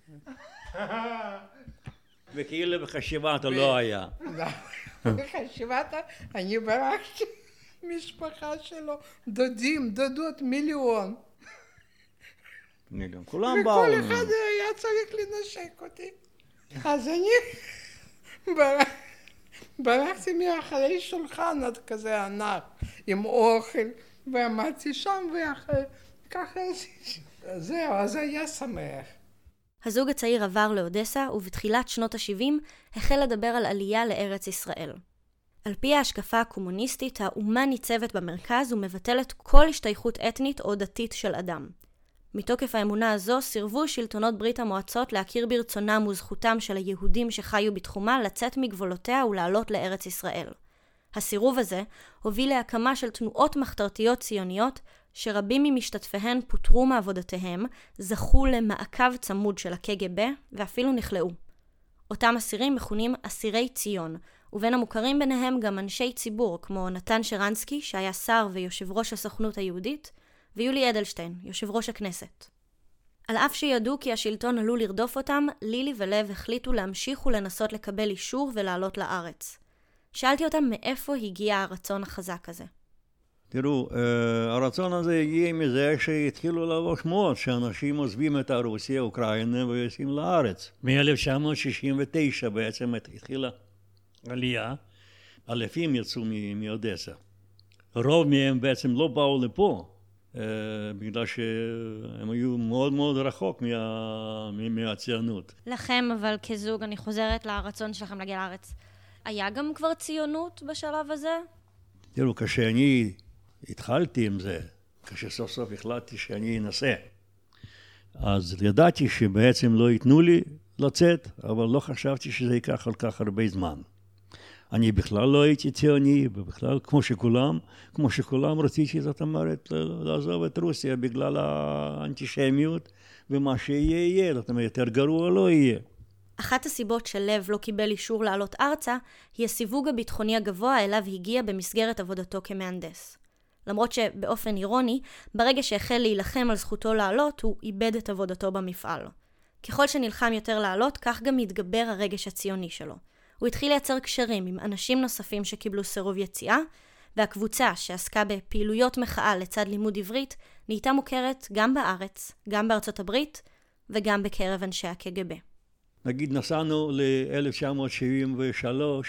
וכאילו בחשיבת לא היה. בחשיבת אני ברחתי משפחה שלו, דודות מיליון. כולם באו. וכל אחד היה צריך לנשק אותי. אז אני ברחתי מאחרי שולחן עד כזה ענק, עם אוכל, ועמדתי שם, וככה זהו, אז היה שמח. הזוג הצעיר עבר לאודסה, ובתחילת שנות ה-70 החל לדבר על עלייה לארץ ישראל. על פי ההשקפה הקומוניסטית, האומה ניצבת במרכז ומבטלת כל השתייכות אתנית או דתית של אדם. מתוקף האמונה הזו סירבו שלטונות ברית המועצות להכיר ברצונם וזכותם של היהודים שחיו בתחומה לצאת מגבולותיה ולעלות לארץ ישראל. הסירוב הזה הוביל להקמה של תנועות מחתרתיות ציוניות שרבים ממשתתפיהן פוטרו מעבודתיהם, זכו למעקב צמוד של הקג"ב ואפילו נכלאו. אותם אסירים מכונים אסירי ציון, ובין המוכרים ביניהם גם אנשי ציבור כמו נתן שרנסקי, שהיה שר ויושב ראש הסוכנות היהודית, ויולי אדלשטיין, יושב ראש הכנסת. על אף שידעו כי השלטון עלול לרדוף אותם, לילי ולב החליטו להמשיך ולנסות לקבל אישור ולעלות לארץ. שאלתי אותם מאיפה הגיע הרצון החזק הזה. תראו, הרצון הזה הגיע מזה שהתחילו לבוא שמועות שאנשים עוזבים את רוסיה, אוקראינה ויוצאים לארץ. מ-1969 בעצם התחילה עלייה, אלפים יצאו מאודסה. רוב מהם בעצם לא באו לפה, בגלל שהם היו מאוד מאוד רחוק מהציונות. לכם אבל כזוג, אני חוזרת לרצון שלכם להגיע לארץ. היה גם כבר ציונות בשלב הזה? תראו, כשאני התחלתי עם זה, כשסוף סוף החלטתי שאני אנסה, אז ידעתי שבעצם לא ייתנו לי לצאת, אבל לא חשבתי שזה ייקח כל כך הרבה זמן. אני בכלל לא הייתי ציוני, ובכלל כמו שכולם רציתי, זאת אומרת, לעזוב את רוסיה בגלל האנטישמיות, ומה שיהיה, זאת אומרת, יותר גרוע לא יהיה. אחת הסיבות שלב לא קיבל אישור לעלות ארצה, היא הסיווג הביטחוני הגבוה אליו הגיע במסגרת עבודתו כמהנדס. למרות שבאופן אירוני, ברגע שהחל להילחם על זכותו לעלות, הוא איבד את עבודתו במפעל. ככל שנלחם יותר לעלות, כך גם התגבר הרגש הציוני שלו. הוא התחיל לייצר קשרים עם אנשים נוספים שקיבלו סירוב יציאה, והקבוצה שעסקה בפעילויות מחאה לצד לימוד עברית, נהייתה מוכרת גם בארץ, גם בארצות הברית, וגם בקרב אנשי הקג"ב. נגיד נסענו ל-1973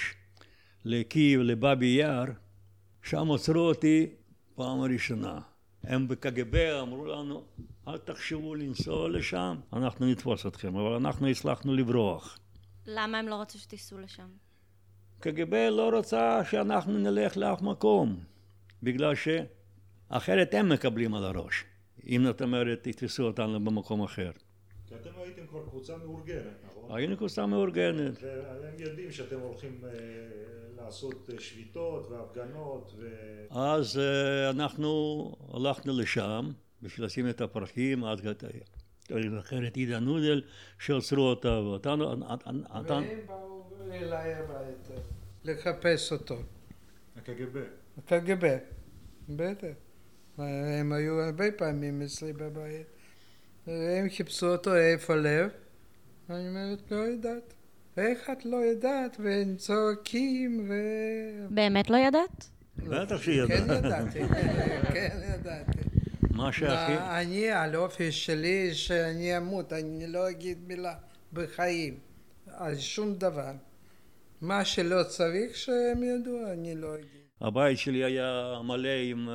לקייב, לבאבי יאר, שם עצרו אותי פעם הראשונה. הם בקג"ב אמרו לנו, אל תחשבו לנסוע לשם, אנחנו נתפוס אתכם, אבל אנחנו הצלחנו לברוח. למה הם לא רצו שתיסעו לשם? קג"ב לא רוצה שאנחנו נלך לאף מקום, בגלל שאחרת הם מקבלים על הראש, אם זאת אומרת תתפסו אותנו במקום אחר. כי אתם הייתם כבר קבוצה מאורגנת, נכון? היינו קבוצה מאורגנת. והם יודעים שאתם הולכים לעשות שביתות והפגנות אז אנחנו הלכנו לשם בשביל לשים את הפרחים, אז אחרת עידה נודל שעצרו אותה, והם באו אליי הביתה לחפש אותו. הקג"ב. הקג"ב, בטח. הם היו הרבה פעמים אצלי בבית. הם חיפשו אותו, איפה לב? אני אומרת, לא יודעת. איך את לא יודעת? והם צועקים באמת לא ידעת? בטח שידעת. כן ידעתי, כן ידעתי. מה שהכי... אני, על אופי שלי, שאני אמות, אני לא אגיד מילה בחיים. אז שום דבר. מה שלא צריך שהם ידעו, אני לא אגיד. הבית שלי היה מלא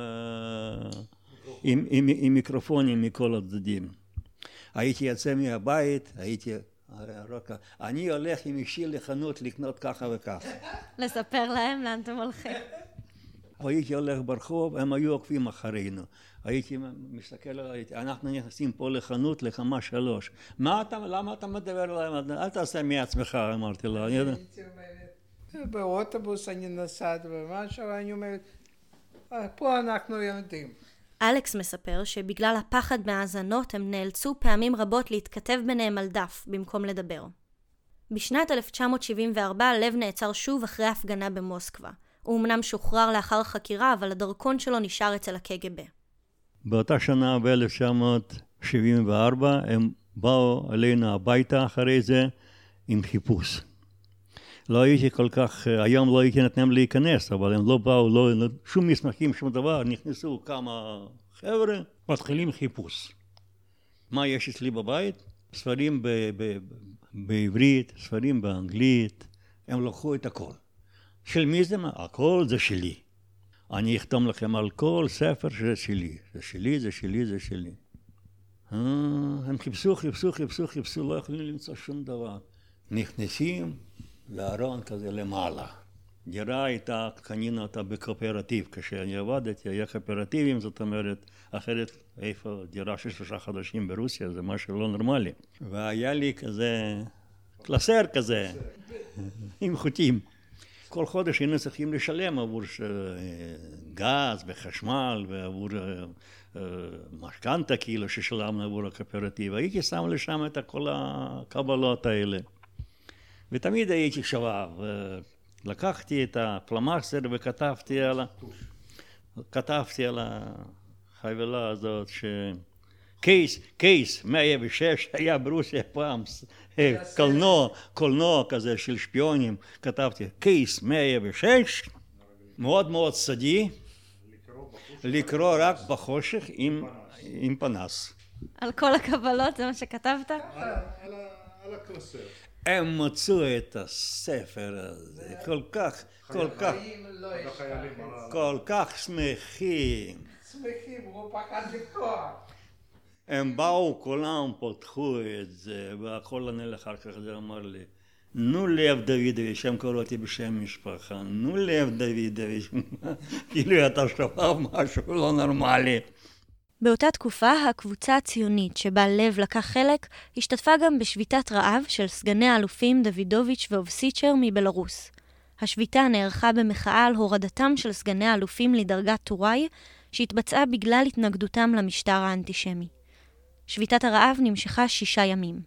עם מיקרופונים מכל הצדדים. הייתי יוצא מהבית, אני הולך עם אישי לחנות לקנות ככה וככה. לספר להם לאן אתם הולכים. הייתי הולך ברחוב, הם היו עוקבים אחרינו. הייתי מסתכל עליי, אנחנו נכנסים פה לחנות לחמה 3. למה אתה מדבר עליהם? אל תעשה מעצמך, אמרתי לה. באוטובוס אני נסעת ומשהו, אני אומרת, פה אנחנו יודעים. אלכס מספר שבגלל הפחד מהאזנות הם נאלצו פעמים רבות להתכתב ביניהם על דף במקום לדבר. בשנת 1974 לב נעצר שוב אחרי הפגנה במוסקבה. הוא אמנם שוחרר לאחר חקירה, אבל הדרכון שלו נשאר אצל הקג"ב. באותה שנה ב-1974 הם באו אלינו הביתה אחרי זה עם חיפוש. לא הייתי כל כך, היום לא הייתי נתנם להיכנס, אבל הם לא באו, שום מסמכים, שום דבר, נכנסו כמה חבר'ה, מתחילים חיפוש. מה יש אצלי בבית? ספרים בעברית, ספרים באנגלית, הם לקחו את הכל. של מי זה? הכל זה שלי. אני אחתום לכם על כל ספר שזה שלי. זה שלי, זה שלי, זה שלי. הם חיפשו, לא יכולים למצוא שום דבר. נכנסים לארון כזה למעלה. דירה הייתה, קנינו אותה בקואופרטיב. כשאני עבדתי, היה קואופרטיבים, זאת אומרת, אחרת איפה דירה של 3 חודשים ברוסיה, זה משהו לא נורמלי. והיה לי כזה, קלסר כזה, עם חוטים. כל חודש היינו צריכים לשלם עבור גז וחשמל ועבור משכנתה כאילו ששלמנו עבור הקואופרטיב. הייתי שם לשם את כל הקבלות האלה. ותמיד הייתי שבב. לקחתי את הפלמסטר וכתבתי על החבילה הזאת קייס 106 היה ברוסיה פעם קולנוע כזה של שפיונים, כתבתי קייס 106, מאוד מאוד סודי, לקרוא רק בחושך עם פנס. על כל הקבלות זה מה שכתבת? על הקלסר. הם מצאו את הספר הזה, כל כך שמחים. הוא פחד לקרוא. הם באו, כולם פתחו את זה, והקולונל אחר כך זה אמר לי, נו לב דוידוביץ', הם קראו אותי בשם משפחה, נו לב דוידוביץ', כאילו אתה שובב משהו לא נורמלי. באותה תקופה, הקבוצה הציונית שבה לב לקח חלק, השתתפה גם בשביתת רעב של סגני האלופים דוידוביץ' ואובסיצ'ר מבלרוס. השביתה נערכה במחאה על הורדתם של סגני האלופים לדרגת טוראי, שהתבצעה בגלל התנגדותם למשטר האנטישמי. שביתת הרעב נמשכה 6 ימים.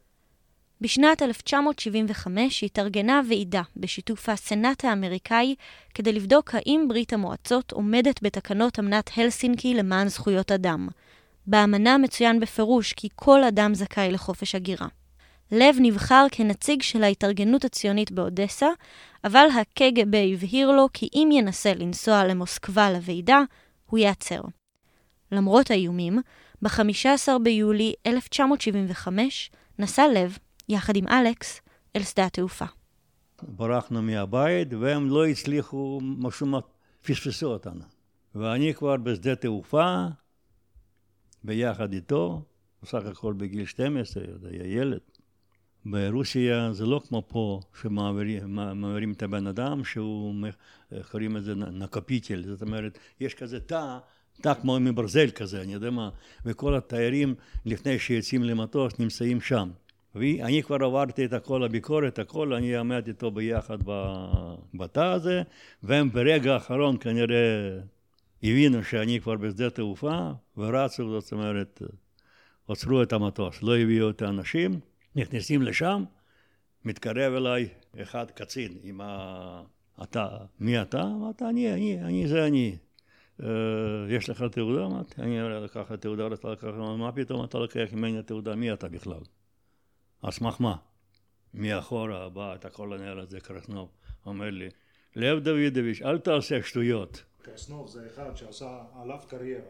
בשנת 1975 התארגנה ועידה בשיתוף הסנאט האמריקאי כדי לבדוק האם ברית המועצות עומדת בתקנות אמנת הלסינקי למען זכויות אדם. באמנה מצוין בפירוש כי כל אדם זכאי לחופש הגירה. לב נבחר כנציג של ההתארגנות הציונית באודסה, אבל הקג"ב הבהיר לו כי אם ינסה לנסוע למוסקבה לוועידה, הוא ייעצר. למרות האיומים, ב-15 ביולי 1975 נסע לב, יחד עם אלכס, אל שדה התעופה. ברחנו מהבית והם לא הצליחו, משום מה פספסו אותנו. ואני כבר בשדה תעופה, ביחד איתו, בסך הכל בגיל 12, היה ילד. ברוסיה זה לא כמו פה, שמעבירים את הבן אדם, שהוא קוראים לזה נקפיטל, זאת אומרת, יש כזה תא כמו מברזל כזה, אני יודע מה, וכל התיירים לפני שיוצאים למטוס נמצאים שם. ואני כבר עברתי את הכל הביקורת, הכל, אני עמד איתו ביחד בתא הזה, והם ברגע האחרון כנראה הבינו שאני כבר בשדה תעופה, ורצו, זאת אומרת, עצרו את המטוס, לא הביאו את האנשים, נכנסים לשם, מתקרב אליי אחד קצין עם מי אתה? אמרתי, אני זה אני. יש לך תעודה? אמרתי, אני לקח תעודה, מה פתאום אתה לוקח ממני תעודה? מי אתה בכלל? על סמך מה? מאחורה בא את הקולונל הזה, קרסנוב, אומר לי, לב דוידוביץ', אל תעשה שטויות. קרסנוב זה אחד שעשה עליו קריירה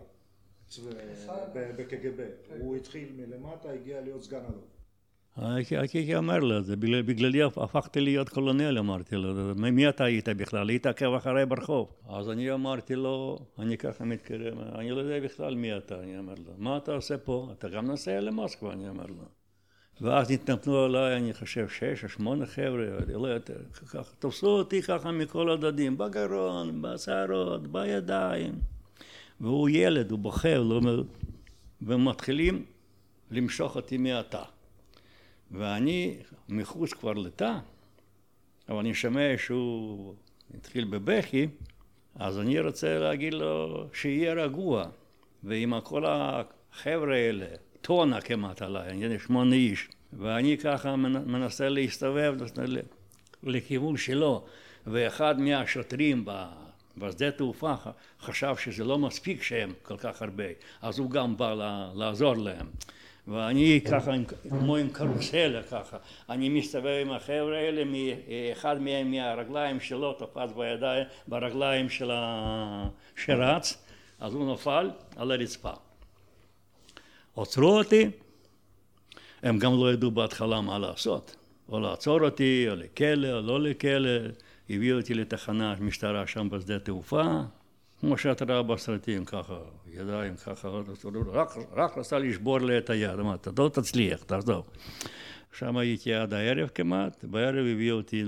בקג"ב. הוא התחיל מלמטה, הגיע להיות סגן אלוף. הייתי אומר לו, בגללי הפכתי להיות קולונל, אמרתי לו, מי אתה היית בכלל? היית עקב אחריי ברחוב. אז אני אמרתי לו, אני ככה מתקרב, אני לא יודע בכלל מי אתה, אני אומר לו, מה אתה עושה פה? אתה גם נוסע למוסקבה, אני אומר לו. ואז נתנפלו עליי, אני חושב 6 או 8 חבר'ה, לא יותר, תפסו אותי ככה מכל הדדים, בגרון, בשערות, בידיים. והוא ילד, הוא בוכה, ומתחילים למשוך אותי מהתא. ואני מחוץ כבר לתא, אבל אני שומע שהוא התחיל בבכי, אז אני רוצה להגיד לו שיהיה רגוע. ועם כל החבר'ה האלה, טונה כמעט עליי, אני יודע, 8 איש, ואני ככה מנסה להסתובב לכיוון שלו, ואחד מהשוטרים בשדה תעופה חשב שזה לא מספיק שהם כל כך הרבה, אז הוא גם בא לעזור להם. ואני ככה, כמו עם קרוסלה ככה, אני מסתובב עם החבר'ה האלה, אחד מהם מהרגליים שלו תפס ברגליים של השרץ, אז הוא נופל על הרצפה. עצרו אותי, הם גם לא ידעו בהתחלה מה לעשות, או לעצור אותי, או לכלא, או לא לכלא, הביאו אותי לתחנה משטרה שם בשדה תעופה, כמו שאת רואה בסרטים, ככה, ידיים ככה, רק רצה לשבור לי את היד, אמרתי, לא תצליח, תעזוב. שם הייתי עד הערב כמעט, בערב הביאו אותי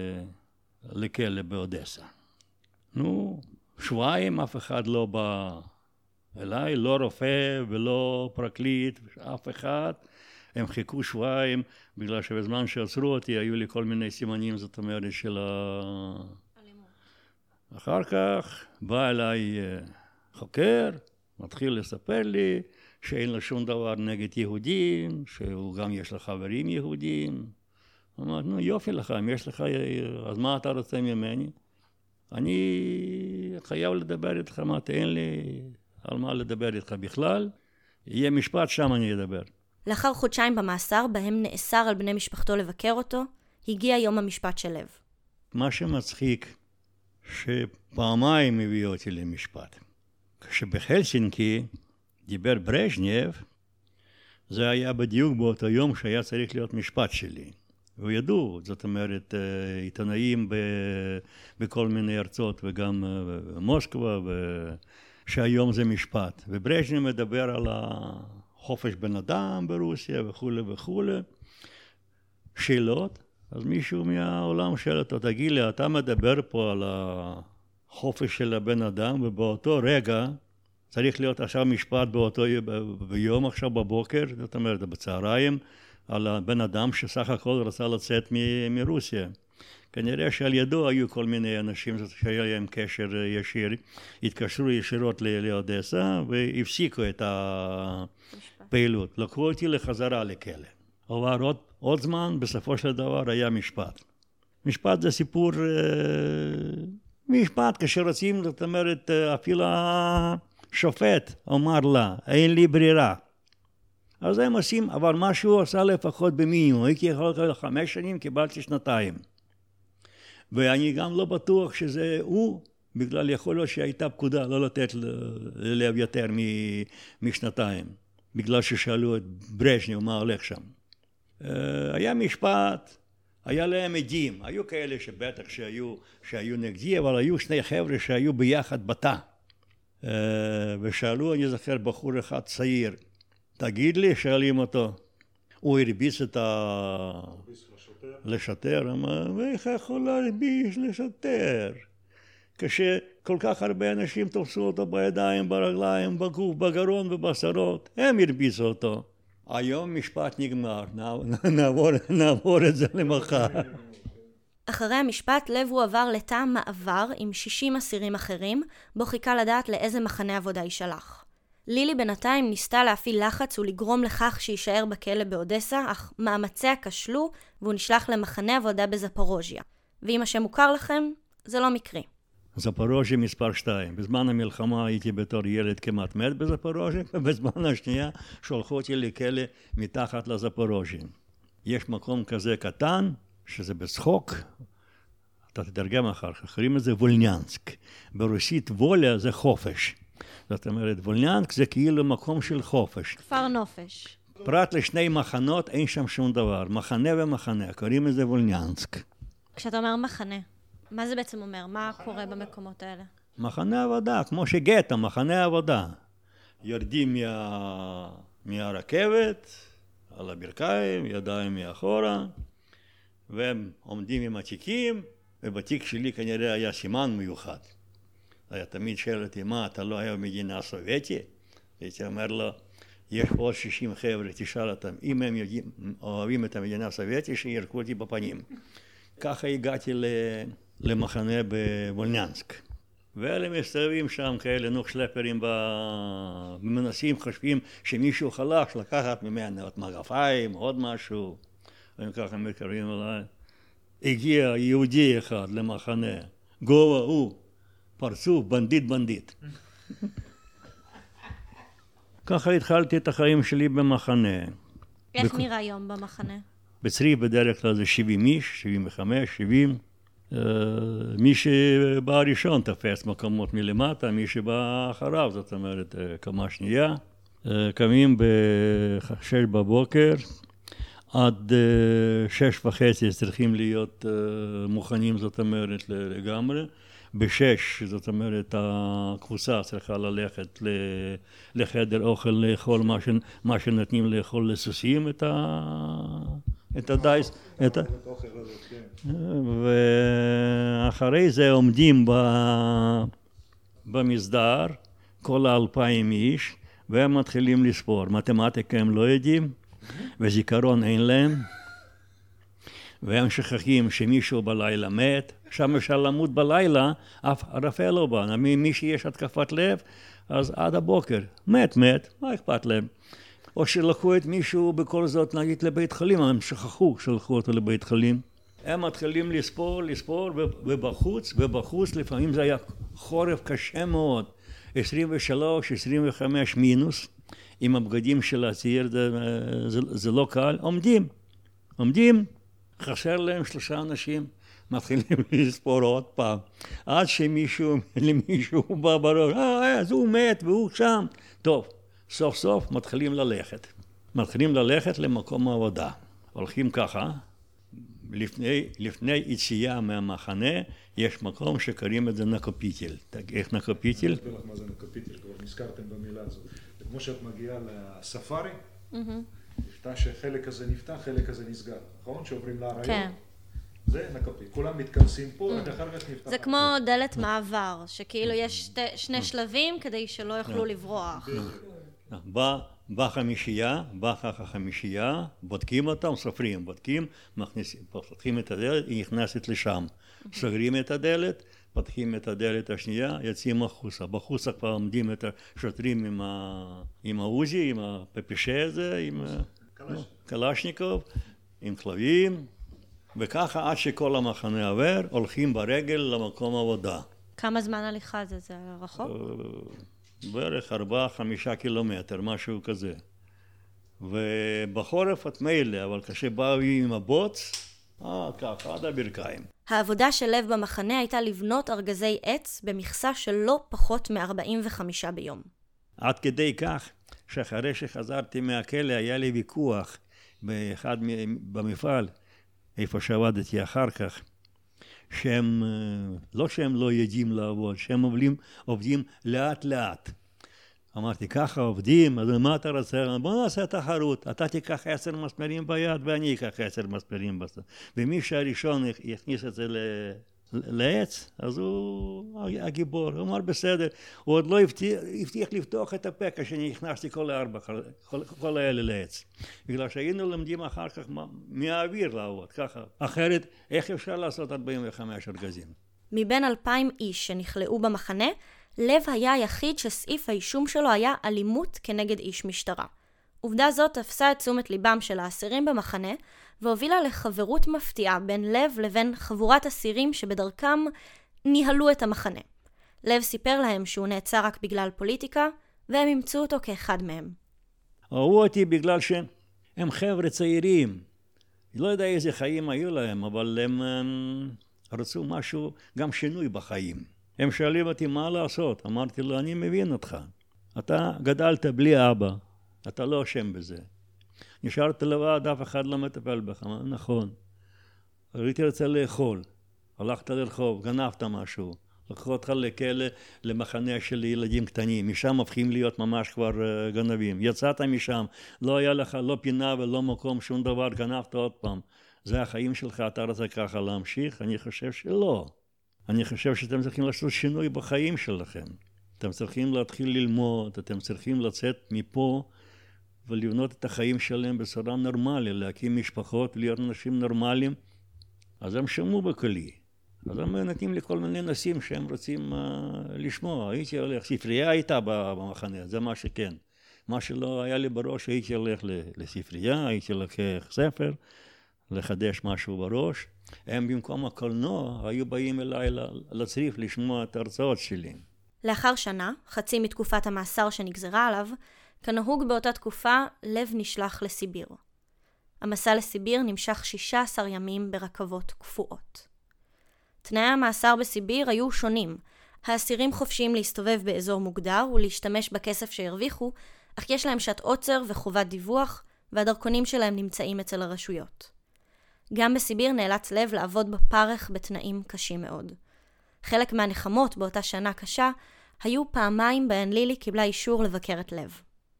לכלא באודסה. נו, 2 שבועות אף אחד לא בא אליי, לא רופא ולא פרקליט, אף אחד. הם חיכו 2 שבועות, בגלל שבזמן שעצרו אותי היו לי כל מיני סימנים, זאת אומרת, של אלימות. אחר כך בא אליי חוקר, מתחיל לספר לי שאין לו שום דבר נגד יהודים, שהוא גם יש לו חברים יהודים, אמרתי, נו יופי לך, אם יש לך, אז מה אתה רוצה ממני? אני חייב לדבר איתך, אמרתי, אין לי על מה לדבר איתך בכלל, יהיה משפט, שם אני אדבר. לאחר חודשיים במאסר, בהם נאסר על בני משפחתו לבקר אותו, הגיע יום המשפט של לב. מה שמצחיק, שפעמיים הביא אותי למשפט. כשבהלסינקי דיבר ברז'נייב, זה היה בדיוק באותו יום שהיה צריך להיות משפט שלי. וידעו, זאת אומרת, עיתונאים בכל מיני ארצות וגם במוסקבה, שהיום זה משפט. וברז'נייב מדבר על החופש בן אדם ברוסיה וכו' וכו'. שאלות, אז מישהו מהעולם שואל אותו, תגיד לי, אתה מדבר פה על החופש של הבן אדם, ובאותו רגע צריך להיות עכשיו משפט באותו ביום, עכשיו בבוקר, זאת אומרת, בצהריים, על הבן אדם שסך הכל רצה לצאת מרוסיה. כנראה שעל ידו היו כל מיני אנשים שהיה להם קשר ישיר, התקשרו ישירות לאודסה והפסיקו את הפעילות. לקחו אותי לחזרה לכלא. עבר עוד זמן, בסופו של דבר היה משפט. משפט זה סיפור, משפט כשרוצים, זאת אומרת, אפילו השופט אמר לה, אין לי ברירה. אז הם עושים, אבל מה שהוא עשה לפחות במינימום, הייתי יכול לקבל 5 שנים, קיבלתי 2. ואני גם לא בטוח שזה הוא, בגלל יכול להיות שהייתה פקודה לא לתת ללב יותר מ2, בגלל ששאלו את ברז'נייב מה הולך שם. היה משפט, היה להם עדים, היו כאלה שבטח שהיו נגדי, אבל היו 2 חבר'ה שהיו ביחד בתא. ושאלו, אני זוכר בחור אחד צעיר, תגיד לי, שואלים אותו, הוא הרביץ לשוטר, אמר, ואיך יכול להרביץ לשוטר? כשכל כך הרבה אנשים תופסו אותו בידיים, ברגליים, בגוף, בגרון ובשרות, הם הרביצו אותו. היום משפט נגמר, נעבור את זה למחר. אחרי המשפט, לב הועבר לתא מעבר עם 60 אסירים אחרים, בו חיכה לדעת לאיזה מחנה עבודה יישלח. לילי בינתיים ניסתה להפעיל לחץ ולגרום לכך שישאר בכלא באודסה, אך מאמציה כשלו והוא נשלח למחנה עבודה בזפורוז'יה. ואם השם מוכר לכם, זה לא מקרי. זפורוז'יה מספר 2. בזמן המלחמה הייתי בתור ילד כמעט מת בזפורוז'יה, ובזמן השנייה שולחו אותי לכלא מתחת לזפורוז'יה. יש מקום כזה קטן, שזה בצחוק, אתה תתרגם אחר כך, קוראים לזה וולניאנסק. ברוסית ווליה זה חופש. זאת אומרת, וולניאנסק זה כאילו מקום של חופש. כפר נופש. פרט ל2 מחנות אין שם שום דבר. מחנה ומחנה, קוראים לזה וולניאנסק. כשאתה אומר מחנה, מה זה בעצם אומר? מה קורה במקומות האלה? מחנה עבודה, כמו שגטו, מחנה עבודה. יורדים מהרכבת, על הברכיים, ידיים מאחורה, והם עומדים עם התיקים, ובתיק שלי כנראה היה סימן מיוחד. היה תמיד שואל אותי, מה, אתה לא היה במדינה הסובייטית? הייתי אומר לו, יש פה עוד 60 חבר'ה, תשאל אותם, אם הם אוהבים את המדינה הסובייטית, שירקו אותי בפנים. ככה הגעתי למחנה בוולניאנסק. ואלה מסתובבים שם כאלה נוחשלפרים במנסים, חושבים שמישהו חלש לקחת ממנו עוד מגפיים, עוד משהו. והם ככה מקרבים אליי. הגיע יהודי אחד למחנה, גובה הוא, פרצוף, בנדיט. ככה התחלתי את החיים שלי במחנה. איך נראה יום במחנה? בצריף בדרך כלל זה 70 איש, 75, 70. מי שבא ראשון תפס מקומות מלמטה, מי שבא אחריו, זאת אומרת, קמה שנייה. קמים ב-6 בבוקר, עד 6:30 צריכים להיות מוכנים, זאת אומרת, לגמרי. ב-6, זאת אומרת, הקבוצה צריכה ללכת לחדר אוכל, לאכול מה שנותנים לאכול לסוסים, את הדייס. ואחרי זה עומדים במסדר, כל 2,000 איש, והם מתחילים לספור. מתמטיקה הם לא יודעים, וזיכרון אין להם, והם שכחים שמישהו בלילה מת. שם אפשר למות בלילה, אף רפא לא בא. מי שיש התקפת לב, אז עד הבוקר, מת, מה אכפת להם? או שלקחו את מישהו בכל זאת נגיד לבית חולים, הם שכחו, שלחו אותו לבית חולים. הם מתחילים לספור, ובחוץ לפעמים זה היה חורף קשה מאוד, 23, 25 מינוס, עם הבגדים של הצעיר, זה לא קל, עומדים, חסר להם 3 אנשים, מתחילים לספור עוד פעם, עד שמישהו בא בראש, אז הוא מת והוא שם. טוב, סוף סוף מתחילים ללכת למקום העבודה. הולכים ככה, לפני יציאה מהמחנה, יש מקום שקוראים את זה נקופיטל. איך נקופיטל? אני אסביר לך מה זה נקופיטל, כבר נזכרתם במילה הזו. זה כמו שאת מגיעה לספארי, נפתח שחלק הזה נפתח, חלק הזה נסגר, נכון? שעוברים לאריות. כן. זה נקופיטל. כולם מתכנסים פה, ואחר כך נפתח. זה כמו דלת מעבר, שכאילו יש 2 שלבים כדי שלא יוכלו לברוח. באה חמישייה, בודקים אותם, סופרים, פותחים את הדלת, היא נכנסת לשם. סוגרים את הדלת, פותחים את הדלת השנייה, יוצאים החוצה. בחוצה כבר עומדים את השוטרים עם העוזי, עם הפפישה הזה, עם קלשניקוב, עם כלבים, וככה עד שכל המחנה עובר, הולכים ברגל למקום עבודה. כמה זמן הליכה זה? זה רחוק? בערך 4-5 קילומטר, משהו כזה. ובחורף את מילא, אבל כשבאו עם הבוץ, ככה, עד הברכיים. העבודה של לב במחנה הייתה לבנות ארגזי עץ במכסה של לא פחות מ-45 ביום. עד כדי כך שאחרי שחזרתי מהכלא היה לי ויכוח במפעל, איפה שעבדתי אחר כך, שהם לא יודעים לעבוד, שהם עובדים לאט לאט. אמרתי, ככה עובדים, אז מה אתה רוצה? בוא נעשה תחרות, אתה תיקח 10 מסמרים ביד ואני אקח 10 מסמרים בסוף. ומי שהראשון יכניס את זה לעץ, אז הוא הגיבור, הוא אמר בסדר, הוא עוד לא הבטיח לפתוח את הפה כשאני נכנסתי כל האלה לעץ. בגלל שהיינו לומדים אחר כך מהאוויר לעבוד, ככה. אחרת, איך אפשר לעשות 45 ארגזים? מבין 2,000 איש שנכלאו במחנה, לב היה היחיד שסעיף האישום שלו היה אלימות כנגד איש משטרה. עובדה זאת תפסה את תשומת ליבם של האסירים במחנה, והובילה לחברות מפתיעה בין לב לבין חבורת אסירים שבדרכם ניהלו את המחנה. לב סיפר להם שהוא נעצר רק בגלל פוליטיקה, והם אימצו אותו כאחד מהם. אהבו אותי בגלל שהם חבר'ה צעירים. לא יודע איזה חיים היו להם, אבל הם רצו משהו, גם שינוי בחיים. הם שואלים אותי מה לעשות. אמרתי לו, אני מבין אותך. אתה גדלת בלי אבא. אתה לא אשם בזה. נשארת לבד, אף אחד לא מטפל בך. נכון. הייתי רוצה לאכול. הלכת לרחוב, גנבת משהו. לקחו אותך לכלא, למחנה של ילדים קטנים. משם הופכים להיות ממש כבר גנבים. יצאת משם, לא היה לך לא פינה ולא מקום, שום דבר, גנבת עוד פעם. זה החיים שלך, אתה רוצה ככה להמשיך? אני חושב שלא. אני חושב שאתם צריכים לעשות שינוי בחיים שלכם. אתם צריכים להתחיל ללמוד, אתם צריכים לצאת מפה ולבנות את החיים שלהם בצורה נורמלית, להקים משפחות, להיות אנשים נורמליים. אז הם שמעו בקולי. אז הם נותנים לי כל מיני נושאים שהם רוצים לשמוע. הייתי הולך, ספרייה הייתה במחנה, זה מה שכן. מה שלא היה לי בראש, הייתי הולך לספרייה, הייתי לוקח ספר, לחדש משהו בראש. הם במקום הקולנוע היו באים אליי לצריף לשמוע את ההרצאות שלי. לאחר שנה, חצי מתקופת המאסר שנגזרה עליו, כנהוג באותה תקופה, לב נשלח לסיביר. המסע לסיביר נמשך 16 ימים ברכבות קפואות. תנאי המאסר בסיביר היו שונים. האסירים חופשיים להסתובב באזור מוגדר ולהשתמש בכסף שהרוויחו, אך יש להם שעת עוצר וחובת דיווח, והדרכונים שלהם נמצאים אצל הרשויות. גם בסיביר נאלץ לב לעבוד בפרך בתנאים קשים מאוד. חלק מהנחמות באותה שנה קשה היו פעמיים בהן לילי קיבלה אישור לבקר את לב.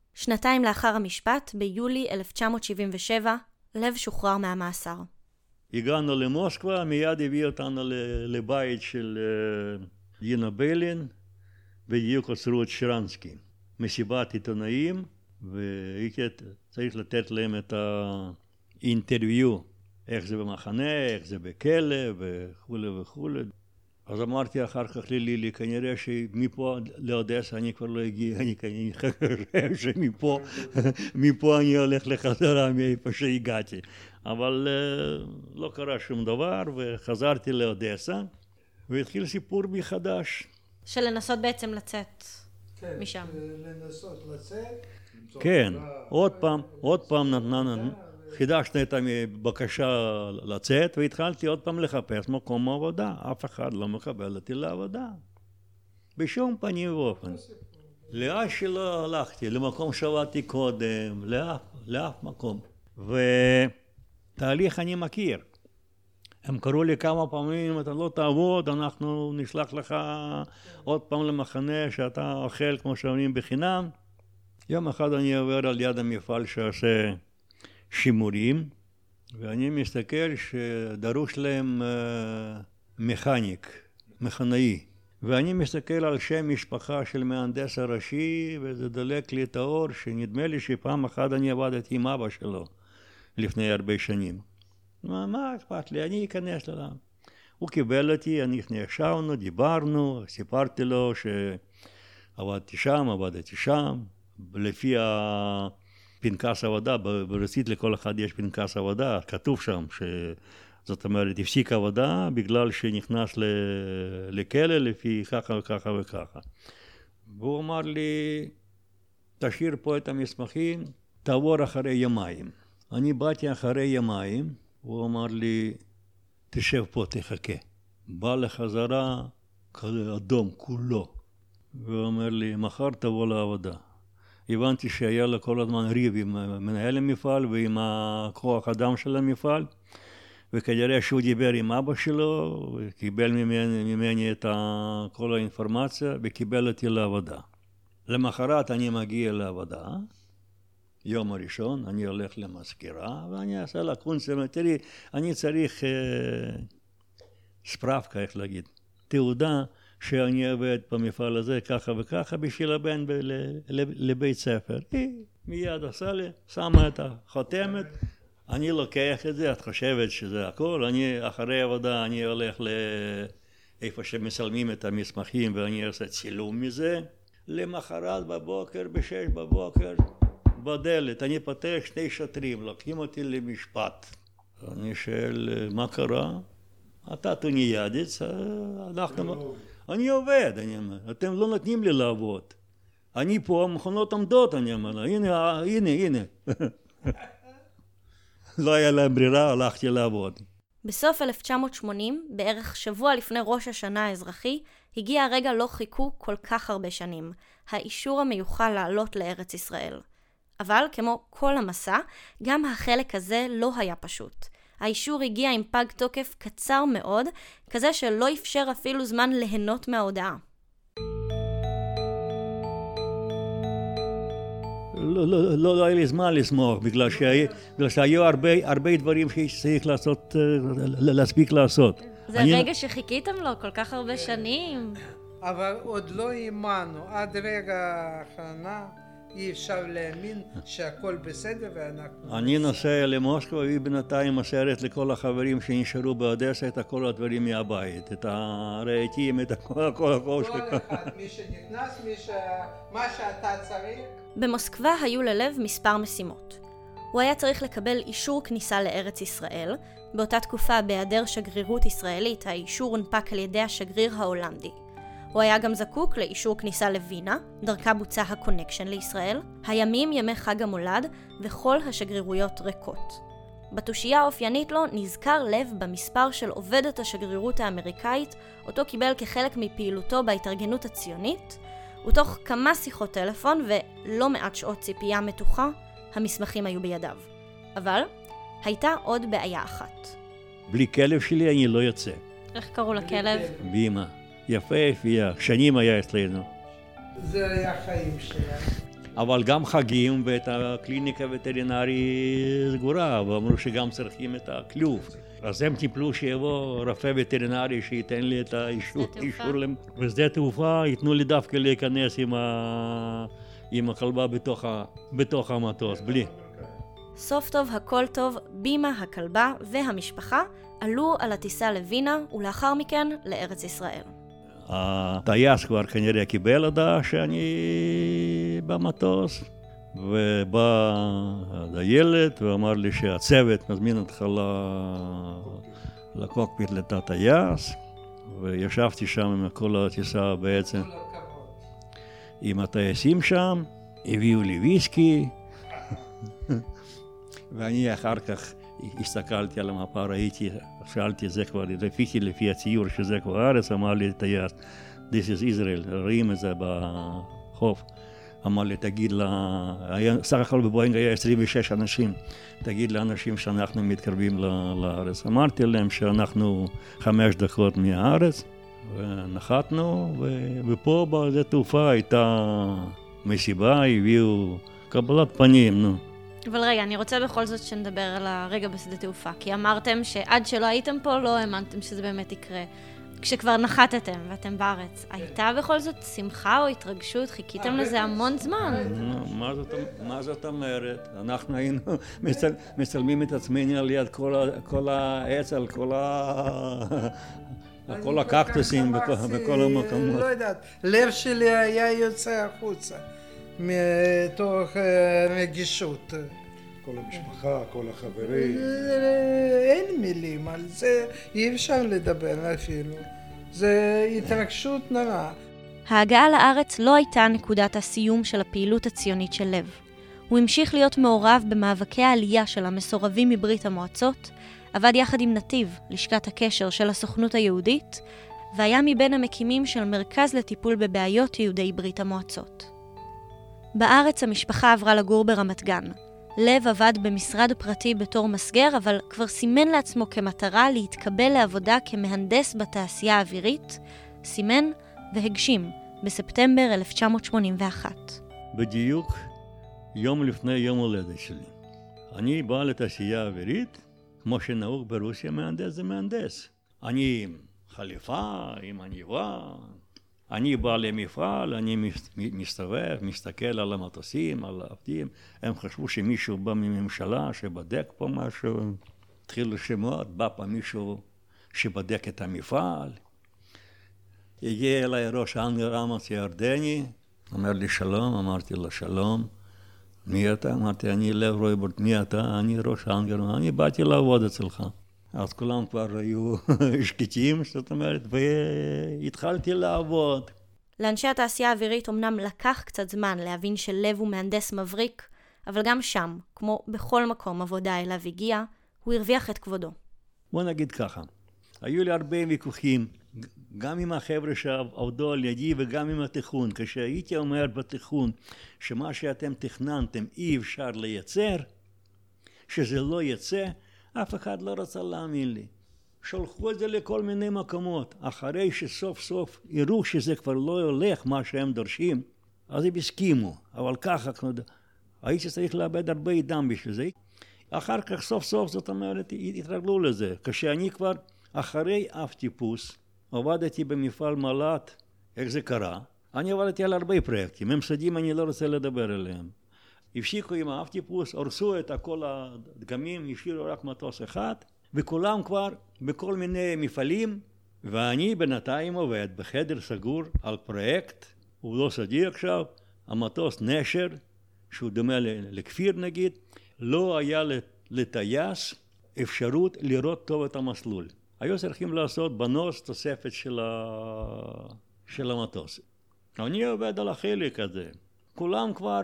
2 לאחר המשפט, ביולי 1977, לב שוחרר מהמאסר. הגענו למוסקבה, מיד הביא אותנו לבית של דינה ביילין, בדיוק עצרו את שרנסקי. מסיבת עיתונאים, והייתי צריך לתת להם את האינטרוויו, איך זה במחנה, איך זה בכלא וכו' וכו'. אז אמרתי אחר כך ללילי, כנראה שמפה לאודסה אני כבר לא אגיע, אני חושב שמפה אני הולך לחזרה מאיפה שהגעתי. אבל לא קרה שום דבר, וחזרתי לאודסה, והתחיל סיפור מחדש. של לנסות בעצם לצאת משם. לנסות לצאת. כן, עוד פעם חידשנו את הבקשה לצאת, והתחלתי עוד פעם לחפש מקום עבודה. אף אחד לא מקבל אותי לעבודה. בשום פנים ואופן. לאף שלא הלכתי, למקום שעבדתי קודם, לאף מקום. ותהליך אני מכיר. הם קראו לי כמה פעמים, אתה לא תעבוד, אנחנו נשלח לך עוד פעם למחנה שאתה אוכל כמו שאומרים בחינם. יום אחד אני עובר על יד המפעל שעושה שימורים, ואני מסתכל שדרוש להם מכנאי. ואני מסתכל על שם משפחה של מהנדס הראשי, וזה דולק לי את האור, שנדמה לי שפעם אחת אני עבדתי עם אבא שלו, לפני הרבה שנים. מה אכפת לי? אני אכנס אליו. הוא קיבל אותי, ישבנו, דיברנו, סיפרתי לו שעבדתי שם, לפי פנקס עבודה, ברוסית לכל אחד יש פנקס עבודה, כתוב שם זאת אומרת, הפסיק עבודה בגלל שנכנס לכלא לפי ככה וככה וככה. והוא אמר לי, תשאיר פה את המסמכים, תעבור אחרי יומיים. אני באתי אחרי יומיים, הוא אמר לי, תשב פה, תחכה. בא לחזרה, כזה אדום, כולו. והוא אומר לי, מחר תבוא לעבודה. הבנתי שהיה לו כל הזמן ריב עם מנהל המפעל ועם הכוח אדם של המפעל, וכנראה שהוא דיבר עם אבא שלו, וקיבל ממני את כל האינפורמציה, וקיבל אותי לעבודה. למחרת אני מגיע לעבודה, יום הראשון, אני הולך למזכירה, ואני אעשה לה קונציה, תראי, אני צריך ספרבקה, איך להגיד, תעודה, שאני עובד במפעל הזה ככה וככה בשביל הבן לבית ספר. היא מיד עשה לי, שמה את החותמת, אני לוקח את זה, את חושבת שזה הכל, אני אחרי עבודה אני הולך לאיפה שמצלמים את המסמכים ואני עושה צילום מזה. למחרת בבוקר, ב6 בבוקר, בדלת, אני פותח 2 שוטרים, לוקחים אותי למשפט. אני שואל, מה קרה? אתה טוניאדיץ, אנחנו... אני עובד, אני אומר, אתם לא נותנים לי לעבוד. אני פה, המכונות עומדות, אני אומר, הנה. לא היה להם ברירה, הלכתי לעבוד. בסוף 1980, בערך שבוע לפני ראש השנה האזרחי, הגיע הרגע לא חיכו כל כך הרבה שנים, האישור המיוחל לעלות לארץ ישראל. אבל כמו כל המסע, גם החלק הזה לא היה פשוט. האישור הגיע עם פג תוקף קצר מאוד, כזה שלא אפשר אפילו זמן ליהנות מההודעה. לא היה לי זמן לשמוח, בגלל שהיו הרבה דברים שצריך לעשות, להספיק לעשות. זה הרגע שחיכיתם לו כל כך הרבה שנים. אבל עוד לא האמנו, עד רגע האחרונה אי אפשר להאמין שהכל בסדר ואנחנו... אני נוסע למוסקבה ובינתיים מסרת לכל החברים שנשארו באודסה את כל הדברים מהבית, את הרהיטים, את הכל. כל אחד, מי שנכנס, מה שאתה צריך. במוסקבה היו ללב מספר משימות. הוא היה צריך לקבל אישור כניסה לארץ ישראל. באותה תקופה, בהיעדר שגרירות ישראלית, האישור הונפק על ידי השגריר ההולנדי. הוא היה גם זקוק לאישור כניסה לווינה, דרכה בוצע הקונקשן לישראל, הימים ימי חג המולד וכל השגרירויות ריקות. בתושייה האופיינית לו נזכר לב במספר של עובדת השגרירות האמריקאית, אותו קיבל כחלק מפעילותו בהתארגנות הציונית, ותוך כמה שיחות טלפון ולא מעט שעות ציפייה מתוחה, המסמכים היו בידיו. אבל הייתה עוד בעיה אחת. בלי כלב שלי אני לא יוצא. איך קראו לכלב? בימה. יפהפייה, שנים היה אצלנו. זה היה חיים שלה. אבל גם חגים ואת הקליניקה הווטרינרי סגורה, ואמרו שגם צריכים את הכלוב. אז הם טיפלו שיבוא רופא וטרינרי שייתן לי את האישור. בשדה תעופה ייתנו לי דווקא להיכנס עם הכלבה בתוך המטוס, בלי. סוף טוב הכל טוב, בימה, הכלבה והמשפחה עלו על הטיסה לווינה ולאחר מכן לארץ ישראל. הטייס כבר כנראה קיבל הודעה שאני במטוס, ובא הילד ואמר לי שהצוות מזמין אותך לקוקפיט לתא טייס, וישבתי שם עם כל הטיסה בעצם עם הטייסים שם, הביאו לי ויסקי, ואני אחר כך הסתכלתי על המפה, ראיתי, שאלתי זה כבר, רפיתי לפי הציור שזה כבר הארץ, אמר לי טייס, This is Israel, רואים את זה בחוף. אמר לי, תגיד סך הכל בבואינג היה 26 אנשים, תגיד לאנשים שאנחנו מתקרבים לארץ. אמרתי להם שאנחנו 5 דקות מהארץ, ונחתנו, ופה באיזו תעופה הייתה מסיבה, הביאו קבלת פנים, נו. אבל רגע, אני רוצה בכל זאת שנדבר על הרגע בשדה תעופה, כי אמרתם שעד שלא הייתם פה לא האמנתם שזה באמת יקרה. כשכבר נחתתם ואתם בארץ, הייתה בכל זאת שמחה או התרגשות? חיכיתם לזה המון זמן. מה זאת אומרת? אנחנו היינו מצלמים את עצמנו על יד כל העץ, על כל הקקטוסים בכל המקומות. לא יודעת, לב שלי היה יוצא החוצה מתוך רגישות. כל המשפחה, כל החברים. אין מילים על זה, אי אפשר לדבר אפילו. זה התרגשות נורא. ההגעה לארץ לא הייתה נקודת הסיום של הפעילות הציונית של לב. הוא המשיך להיות מעורב במאבקי העלייה של המסורבים מברית המועצות, עבד יחד עם נתיב, לשכת הקשר של הסוכנות היהודית, והיה מבין המקימים של מרכז לטיפול בבעיות יהודי ברית המועצות. בארץ המשפחה עברה לגור ברמת גן. לב עבד במשרד פרטי בתור מסגר, אבל כבר סימן לעצמו כמטרה להתקבל לעבודה כמהנדס בתעשייה האווירית, סימן והגשים בספטמבר 1981. בדיוק יום לפני יום הולדת שלי. אני בא לתעשייה האווירית, כמו שנהוג ברוסיה, מהנדס זה מהנדס. אני עם חליפה, עם עניבה, אני בא למפעל, אני מסתובב, מסתכל על המטוסים, על העובדים. הם חשבו שמישהו בא מממשלה שבדק פה משהו, התחיל לשמוע, בא פה מישהו שבדק את המפעל. הגיע אליי ראש האנגר אמוץ ירדני, אומר לי שלום, אמרתי לו שלום. מי אתה? אמרתי, אני לב רויברט, מי אתה? אני ראש האנגר, אני באתי לעבוד אצלך. אז כולם כבר היו שקטים, זאת אומרת, והתחלתי לעבוד. לאנשי התעשייה האווירית אמנם לקח קצת זמן להבין שלב הוא מהנדס מבריק, אבל גם שם, כמו בכל מקום עבודה אליו הגיע, הוא הרוויח את כבודו. בוא נגיד ככה, היו לי הרבה ויכוחים, גם עם החבר'ה שעבדו על ידי וגם עם התיכון. כשהייתי אומר בתיכון שמה שאתם תכננתם אי אפשר לייצר, שזה לא יצא, אף אחד לא רצה להאמין לי. שלחו את זה לכל מיני מקומות. אחרי שסוף סוף יראו שזה כבר לא הולך מה שהם דורשים, אז הם הסכימו. אבל ככה, הייתי צריך לאבד הרבה דם בשביל זה. אחר כך סוף סוף, זאת אומרת, התרגלו לזה. כשאני כבר אחרי אף טיפוס, עבדתי במפעל מל"ט, איך זה קרה? אני עבדתי על הרבה פרויקטים. ממסדים אני לא רוצה לדבר עליהם. הפסיקו עם האף טיפוס, הרסו את כל הדגמים, השאירו רק מטוס אחד, וכולם כבר בכל מיני מפעלים, ואני בינתיים עובד בחדר סגור על פרויקט, הוא לא סודי עכשיו, המטוס נשר, שהוא דומה לכפיר נגיד, לא היה לטייס אפשרות לראות טוב את המסלול. היו צריכים לעשות בנוס תוספת של המטוס. אני עובד על החלק הזה. כולם כבר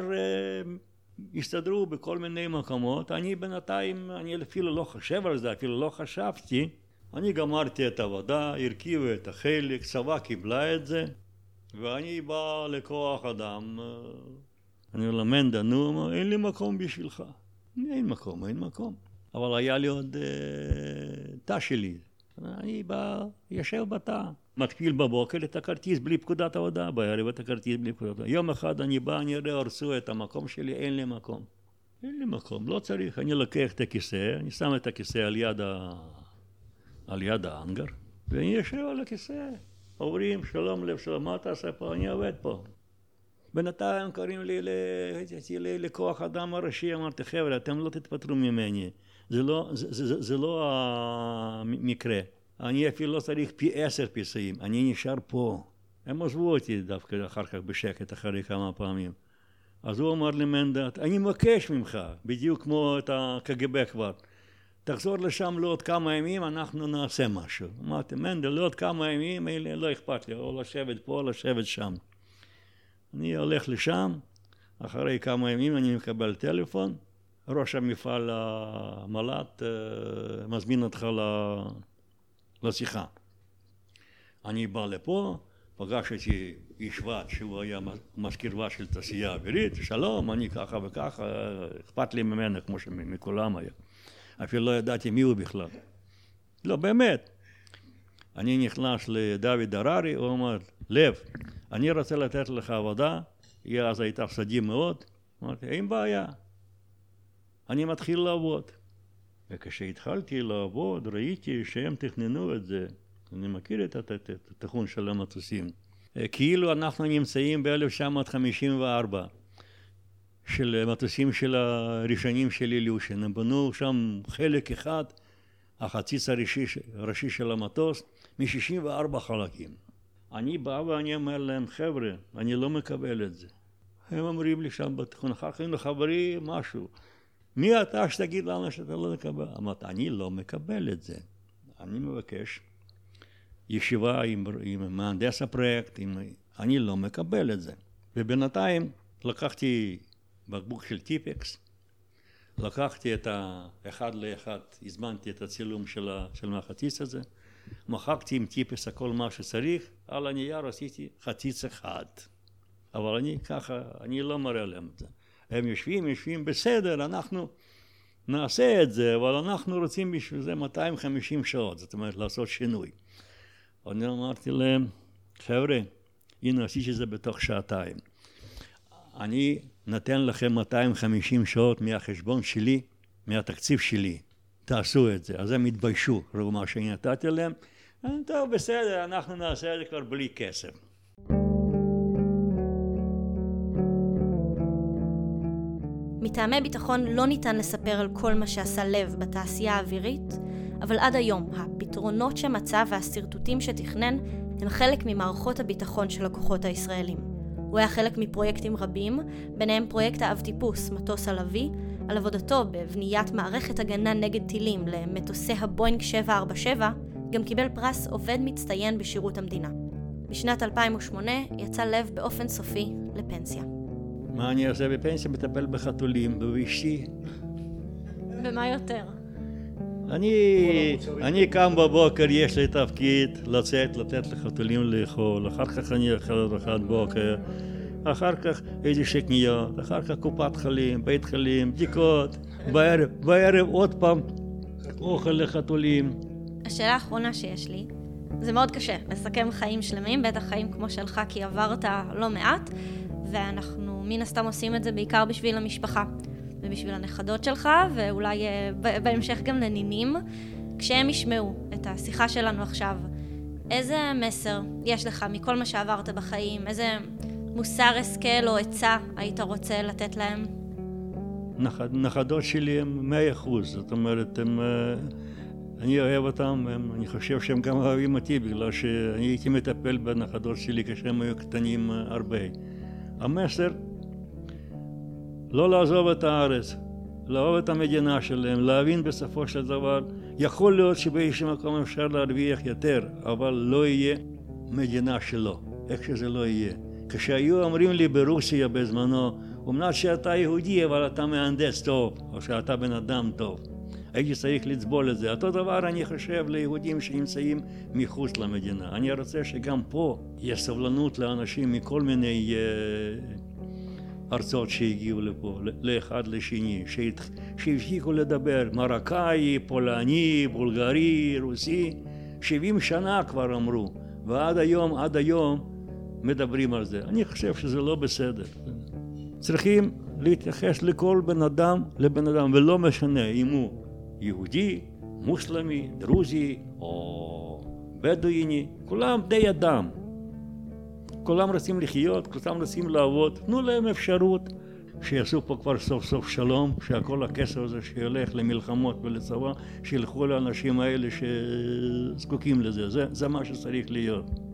הסתדרו בכל מיני מקומות. אני בינתיים, אני אפילו לא חושב על זה, אפילו לא חשבתי. אני גמרתי את העבודה, הרכיבו את החלק, צבא קיבלה את זה, ואני בא לכוח אדם. אני אומר למנדה, נו, אין לי מקום בשבילך. אין מקום. אבל היה לי עוד תא שלי. אני בא, יושב בתא, מתפיל בבוקר את הכרטיס בלי פקודת עבודה, בערב את הכרטיס בלי פקודת עבודה. יום אחד אני בא, אני רואה, הרסו את המקום שלי, אין לי מקום, לא צריך. אני לוקח את הכיסא, אני שם את הכיסא על יד האנגר, ואני יושב על הכיסא. אומרים, שלום לב, שלום, מה אתה עושה פה? אני עובד פה. בינתיים קוראים לי לכוח אדם הראשי, אמרתי, חבר'ה, אתם לא תתפטרו ממני, זה לא המקרה, אני אפילו לא צריך פי 10 פיסאים, אני נשאר פה. הם עזבו אותי דווקא אחר כך בשקט, אחרי כמה פעמים. אז הוא אמר לי, מנדט, אני מבקש ממך, בדיוק כמו את הקג"ב כבר, תחזור לשם לעוד כמה ימים, אנחנו נעשה משהו. אמרתי, מנדל, לעוד כמה ימים, לא אכפת לי, או לשבת פה, או לשבת שם. אני הולך לשם, אחרי כמה ימים אני מקבל טלפון, ראש המפעל המל"ט מזמין אותך לשיחה. אני בא לפה, פגשתי איש ועד שהוא היה מזכיר ועד של תעשייה אווירית, שלום, אני ככה וככה, אכפת לי ממנו כמו שמכולם היה. אפילו לא ידעתי מי הוא בכלל. לא, באמת. אני נכנס לדוד הררי, הוא אומר, לב, אני רוצה לתת לך עבודה, היא אז הייתה סודי מאוד, אמרתי, אין בעיה, אני מתחיל לעבוד. וכשהתחלתי לעבוד, ראיתי שהם תכננו את זה, אני מכיר את התכנון של המטוסים, כאילו אנחנו נמצאים ב-1954, של מטוסים של הראשונים של אילושין, הם בנו שם חלק אחד, החציץ הראשי של המטוס, מ-64 חלקים. אני בא ואני אומר להם, חבר'ה, אני לא מקבל את זה. הם אומרים לי שם בתיכון, אחר כך לחברי משהו. מי אתה שתגיד לנו שאתה לא מקבל? אמרתי, אני לא מקבל את זה. אני מבקש ישיבה עם מהנדס הפרויקט, אני לא מקבל את זה. ובינתיים לקחתי בקבוק של טיפקס, לקחתי את האחד לאחד, הזמנתי את הצילום של החציץ הזה, מחקתי עם טיפקס הכל מה שצריך, על הנייר עשיתי חציץ אחד. אבל אני ככה, אני לא מראה להם את זה. הם יושבים, בסדר, אנחנו נעשה את זה, אבל אנחנו רוצים בשביל זה 250 שעות, זאת אומרת לעשות שינוי. אני אמרתי להם, חבר'ה, הנה עשיתי את זה בתוך שעתיים. אני נתן לכם 250 שעות מהחשבון שלי, מהתקציב שלי. תעשו את זה. אז הם התביישו, ראו מה שאני נתתי להם. טוב, בסדר, אנחנו נעשה את זה כבר בלי כסף. מטעמי ביטחון לא ניתן לספר על כל מה שעשה לב בתעשייה האווירית, אבל עד היום הפתרונות שמצא והסרטוטים שתכנן הם חלק ממערכות הביטחון של הכוחות הישראלים. הוא היה חלק מפרויקטים רבים, ביניהם פרויקט האב טיפוס, מטוס הלוי, על עבודתו בבניית מערכת הגנה נגד טילים למטוסי הבוינג 747, גם קיבל פרס עובד מצטיין בשירות המדינה. בשנת 2008 יצא לב באופן סופי לפנסיה. מה אני עושה בפנסיה? מטפל בחתולים, בבישי. ומה יותר? אני קם בבוקר, יש לי תפקיד לצאת, לתת לחתולים לאכול, אחר כך אני אוכל ארוחת בוקר, אחר כך איזה קניות, אחר כך קופת חולים, בית חולים, בדיקות, בערב עוד פעם אוכל לחתולים. השאלה האחרונה שיש לי, זה מאוד קשה לסכם חיים שלמים, בטח חיים כמו שלך, כי עברת לא מעט, ואנחנו מן הסתם עושים את זה בעיקר בשביל המשפחה. ובשביל הנכדות שלך, ואולי בהמשך גם לנינים, כשהם ישמעו את השיחה שלנו עכשיו, איזה מסר יש לך מכל מה שעברת בחיים? איזה מוסר השכל או עצה היית רוצה לתת להם? נכדות שלי הם 100%, זאת אומרת, אני אוהב אותם, אני חושב שהם גם אוהבים אותי, בגלל שאני הייתי מטפל בנכדות שלי כשהם היו קטנים הרבה. המסר, לא לעזוב את הארץ, לאהוב את המדינה שלהם, להבין בסופו של דבר, יכול להיות שבאיזשהו מקום אפשר להרוויח יותר, אבל לא יהיה מדינה שלו, איך שזה לא יהיה. כשהיו אומרים לי ברוסיה בזמנו, אמנם שאתה יהודי אבל אתה מהנדס טוב, או שאתה בן אדם טוב, הייתי צריך לצבול את זה. אותו דבר אני חושב ליהודים שנמצאים מחוץ למדינה. אני רוצה שגם פה יש סבלנות לאנשים מכל מיני ארצות שהגיעו לפה, לאחד לשני, שהפסיקו לדבר מרוקאי, פולני, בולגרי, רוסי, 70 שנה כבר אמרו, ועד היום מדברים על זה. אני חושב שזה לא בסדר. צריכים להתייחס לכל בן אדם לבן אדם, ולא משנה אם הוא יהודי, מוסלמי, דרוזי או בדואיני, כולם בני אדם. כולם רוצים לחיות, כולם רוצים לעבוד, תנו להם אפשרות שיעשו פה כבר סוף סוף שלום, שהכל הכסף הזה שילך למלחמות ולצבא, שילכו לאנשים האלה שזקוקים לזה, זה מה שצריך להיות.